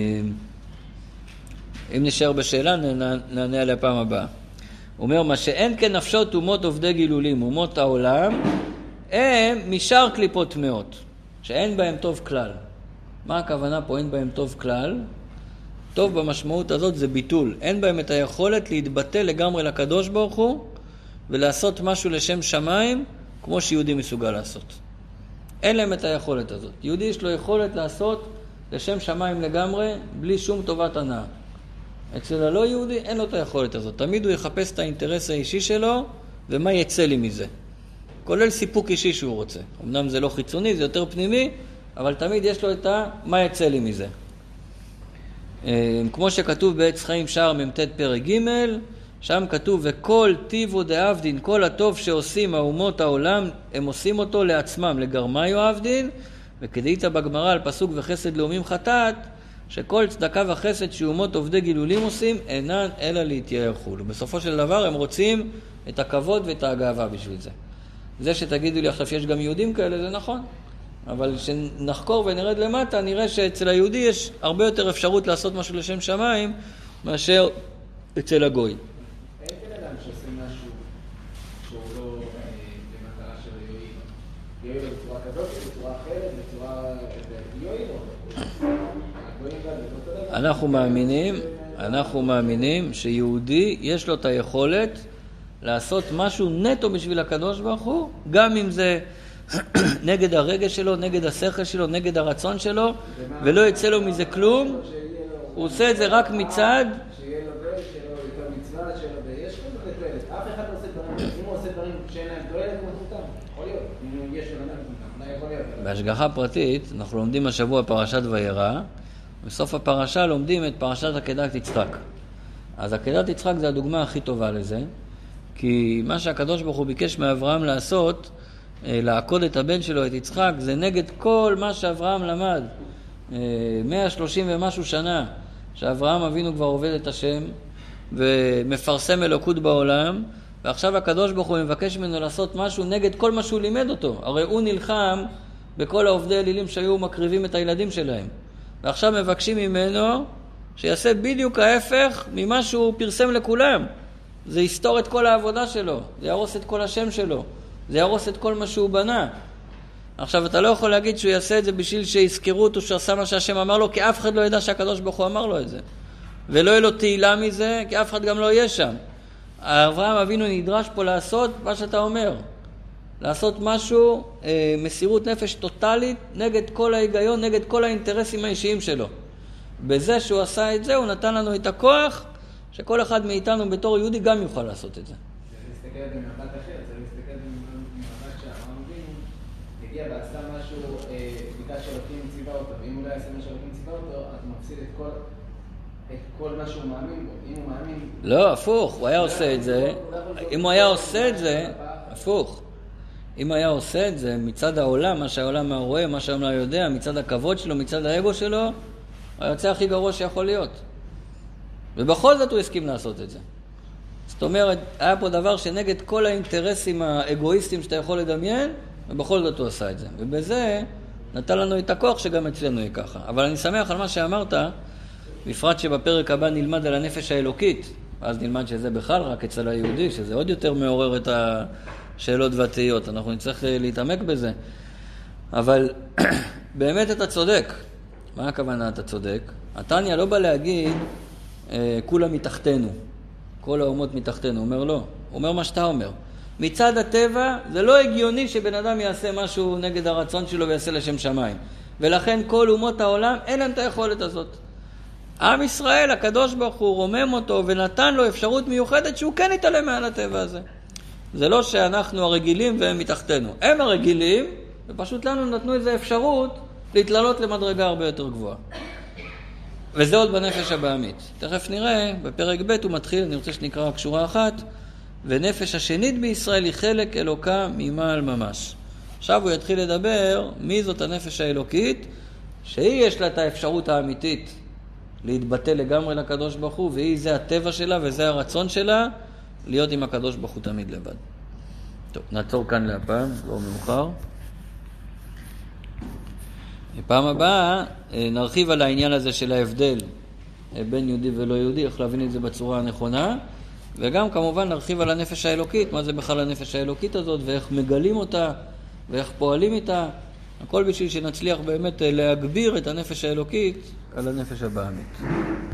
אם נשאר בשאלה נענה עליה פעם הבאה. הוא אומר, מה שאין כנפשות אומות עובדי גילולים, אומות העולם, הם משאר קליפות טמאות, שאין בהם טוב כלל. מה הכוונה פה אין בהם טוב כלל? טוב במשמעות הזאת זה ביטול. אין בהם את היכולת להתבטא לגמרי לקדוש ברוך הוא, ולעשות משהו לשם שמיים, כמו שיהודי מסוגל לעשות. אין להם את היכולת הזאת. יהודי יש לו יכולת לעשות לשם שמיים לגמרי, בלי שום טובת הנאה. אצל הלא יהודי אין לו את היכולת הזאת. תמיד הוא יחפש את האינטרס האישי שלו, ומה יצא לי מזה. כולל סיפוק אישי שהוא רוצה. אמנם זה לא חיצוני, זה יותר פנימי, אבל תמיד יש לו את ה... מה יצא לי מזה. כמו שכתוב בעץ חיים שער ממתת פרק ג', שם כתוב, וכל טיבו דאבדין, כל הטוב שעושים האומות העולם, הם עושים אותו לעצמם, לגרמיו אבדין, וכדאית בגמרא על פסוק וחסד לאומים חטאת, שכל צדקה וחסד שאומות עובדי גילולים עושים, אינן אלא להתייחל. ובסופו של דבר הם רוצים את הכבוד ואת הגאווה בשביל זה. זה שתגידו לי עכשיו שיש גם יהודים כאלה, זה נכון. אבל כשנחקור ונרד למטה, נראה שאצל היהודי יש הרבה יותר אפשרות לעשות משהו לשם שמיים, מאשר אצל הגוי. אין כאלה אדם שעושה משהו שהוא לא במטרה של יועיל. יועיל בצורה כזאת, בצורה אחרת, בצורה... יועיל או... אנחנו מאמינים, אנחנו מאמינים שיהודי יש לו את היכולת לעשות משהו נטו בשביל הקדוש ברוך הוא, גם אם זה נגד הרגש שלו, נגד השכל שלו, נגד הרצון שלו, ולא יצא לו מזה כלום. הוא עושה את זה רק מצד... שיהיה לו בית, שיהיה לו יותר מצווה, שיהיה לו בית. יש לו תועלת. אף אחד לא עושה דברים. אם הוא עושה דברים שאין להם תועלת, הוא מטומטם. יכול להיות. אם יש לו אדם מטומטם, אולי יכול להיות. בהשגחה פרטית, אנחנו לומדים השבוע פרשת וירא, בסוף הפרשה לומדים את פרשת עקדת יצחק. אז עקדת יצחק זה הדוגמה הכי טובה לזה, כי מה שהקדוש ברוך הוא ביקש מאברהם לעשות, לעקוד את הבן שלו, את יצחק, זה נגד כל מה שאברהם למד. מאה ושלושים ומשהו שנה, שאברהם אבינו כבר עובד את השם, ומפרסם אלוקות בעולם, ועכשיו הקדוש ברוך הוא מבקש ממנו לעשות משהו נגד כל מה שהוא לימד אותו. הרי הוא נלחם בכל העובדי אלילים שהיו מקריבים את הילדים שלהם. ועכשיו מבקשים ממנו שיעשה בדיוק ההפך ממה שהוא פרסם לכולם. זה יסתור את כל העבודה שלו, זה ירוס את כל השם שלו, זה ירוס את כל מה שהוא בנה. עכשיו אתה לא יכול להגיד שהוא יעשה את זה בשביל שיזכרו אותו שעשה מה שהשם אמר לו, כי אף אחד לא ידע שהקדוש ברוך הוא אמר לו את זה. ולא יהיה לו תהילה מזה, כי אף אחד גם לא יהיה שם. אברהם אבינו נדרש פה לעשות מה שאתה אומר. לעשות משהו, אה, מסירות נפש טוטלית, נגד כל ההיגיון, נגד כל האינטרסים האישיים שלו. בזה שהוא עשה את זה, הוא נתן לנו את הכוח, שכל אחד מאיתנו בתור יהודי גם יוכל לעשות את זה. צריך להסתכל על זה ממבט אחר, צריך להסתכל על זה ממבט שאברהם אבינו הגיע ועשה משהו, בגלל שאלוקים ציווה אותו, ואם הוא לא יעשה מה שאלוקים ציווה אותו, אז הוא מפסיד את כל... את כל מה שהוא מאמין בו. אם הוא מאמין... לא, הפוך, הוא היה עושה את זה. אם הוא היה עושה את זה, הפוך. אם היה עושה את זה מצד העולם, מה שהעולם רואה, מה שהעולם לא יודע, מצד הכבוד שלו, מצד האגו שלו, הוא יוצא הכי גרוע שיכול להיות. ובכל זאת הוא הסכים לעשות את זה. זאת אומרת, היה פה דבר שנגד כל האינטרסים האגואיסטיים שאתה יכול לדמיין, ובכל זאת הוא עשה את זה. ובזה נתן לנו את הכוח שגם אצלנו יהיה ככה. אבל אני שמח על מה שאמרת, בפרט שבפרק הבא נלמד על הנפש האלוקית, אז נלמד שזה בכלל רק אצל היהודי, שזה עוד יותר מעורר את השאלות והתהיות. אנחנו נצטרך להתעמק בזה. אבל באמת אתה צודק. מה הכוונה אתה צודק? התניא לא בא להגיד, אה, כולם מתחתנו. כל האומות מתחתנו. הוא אומר לא. הוא אומר מה שאתה אומר. מצד הטבע זה לא הגיוני שבן אדם יעשה משהו נגד הרצון שלו ויעשה לשם שמיים. ולכן כל אומות העולם אין להם את היכולת הזאת. עם ישראל, הקדוש ברוך הוא רומם אותו ונתן לו אפשרות מיוחדת שהוא כן יתעלם מעל הטבע הזה. זה לא שאנחנו הרגילים והם מתחתנו. הם הרגילים, ופשוט לנו נתנו איזו אפשרות להתעלות למדרגה הרבה יותר גבוהה. וזה עוד בנפש הבאמית. תכף נראה, בפרק ב' הוא מתחיל, אני רוצה שנקרא רק שורה אחת, ונפש השנית בישראל היא חלק אלוקה ממעל ממש. עכשיו הוא יתחיל לדבר מי זאת הנפש האלוקית, שהיא יש לה את האפשרות האמיתית להתבטא לגמרי לקדוש ברוך הוא, והיא זה הטבע שלה וזה הרצון שלה, להיות עם הקדוש ברוך הוא תמיד לבד. טוב, נעצור כאן להפעם, לא מאוחר. בפעם הבאה נרחיב על העניין הזה של ההבדל בין יהודי ולא יהודי, איך להבין את זה בצורה הנכונה, וגם כמובן נרחיב על הנפש האלוקית, מה זה בכלל הנפש האלוקית הזאת, ואיך מגלים אותה, ואיך פועלים איתה, הכל בשביל שנצליח באמת להגביר את הנפש האלוקית על הנפש הבאמית.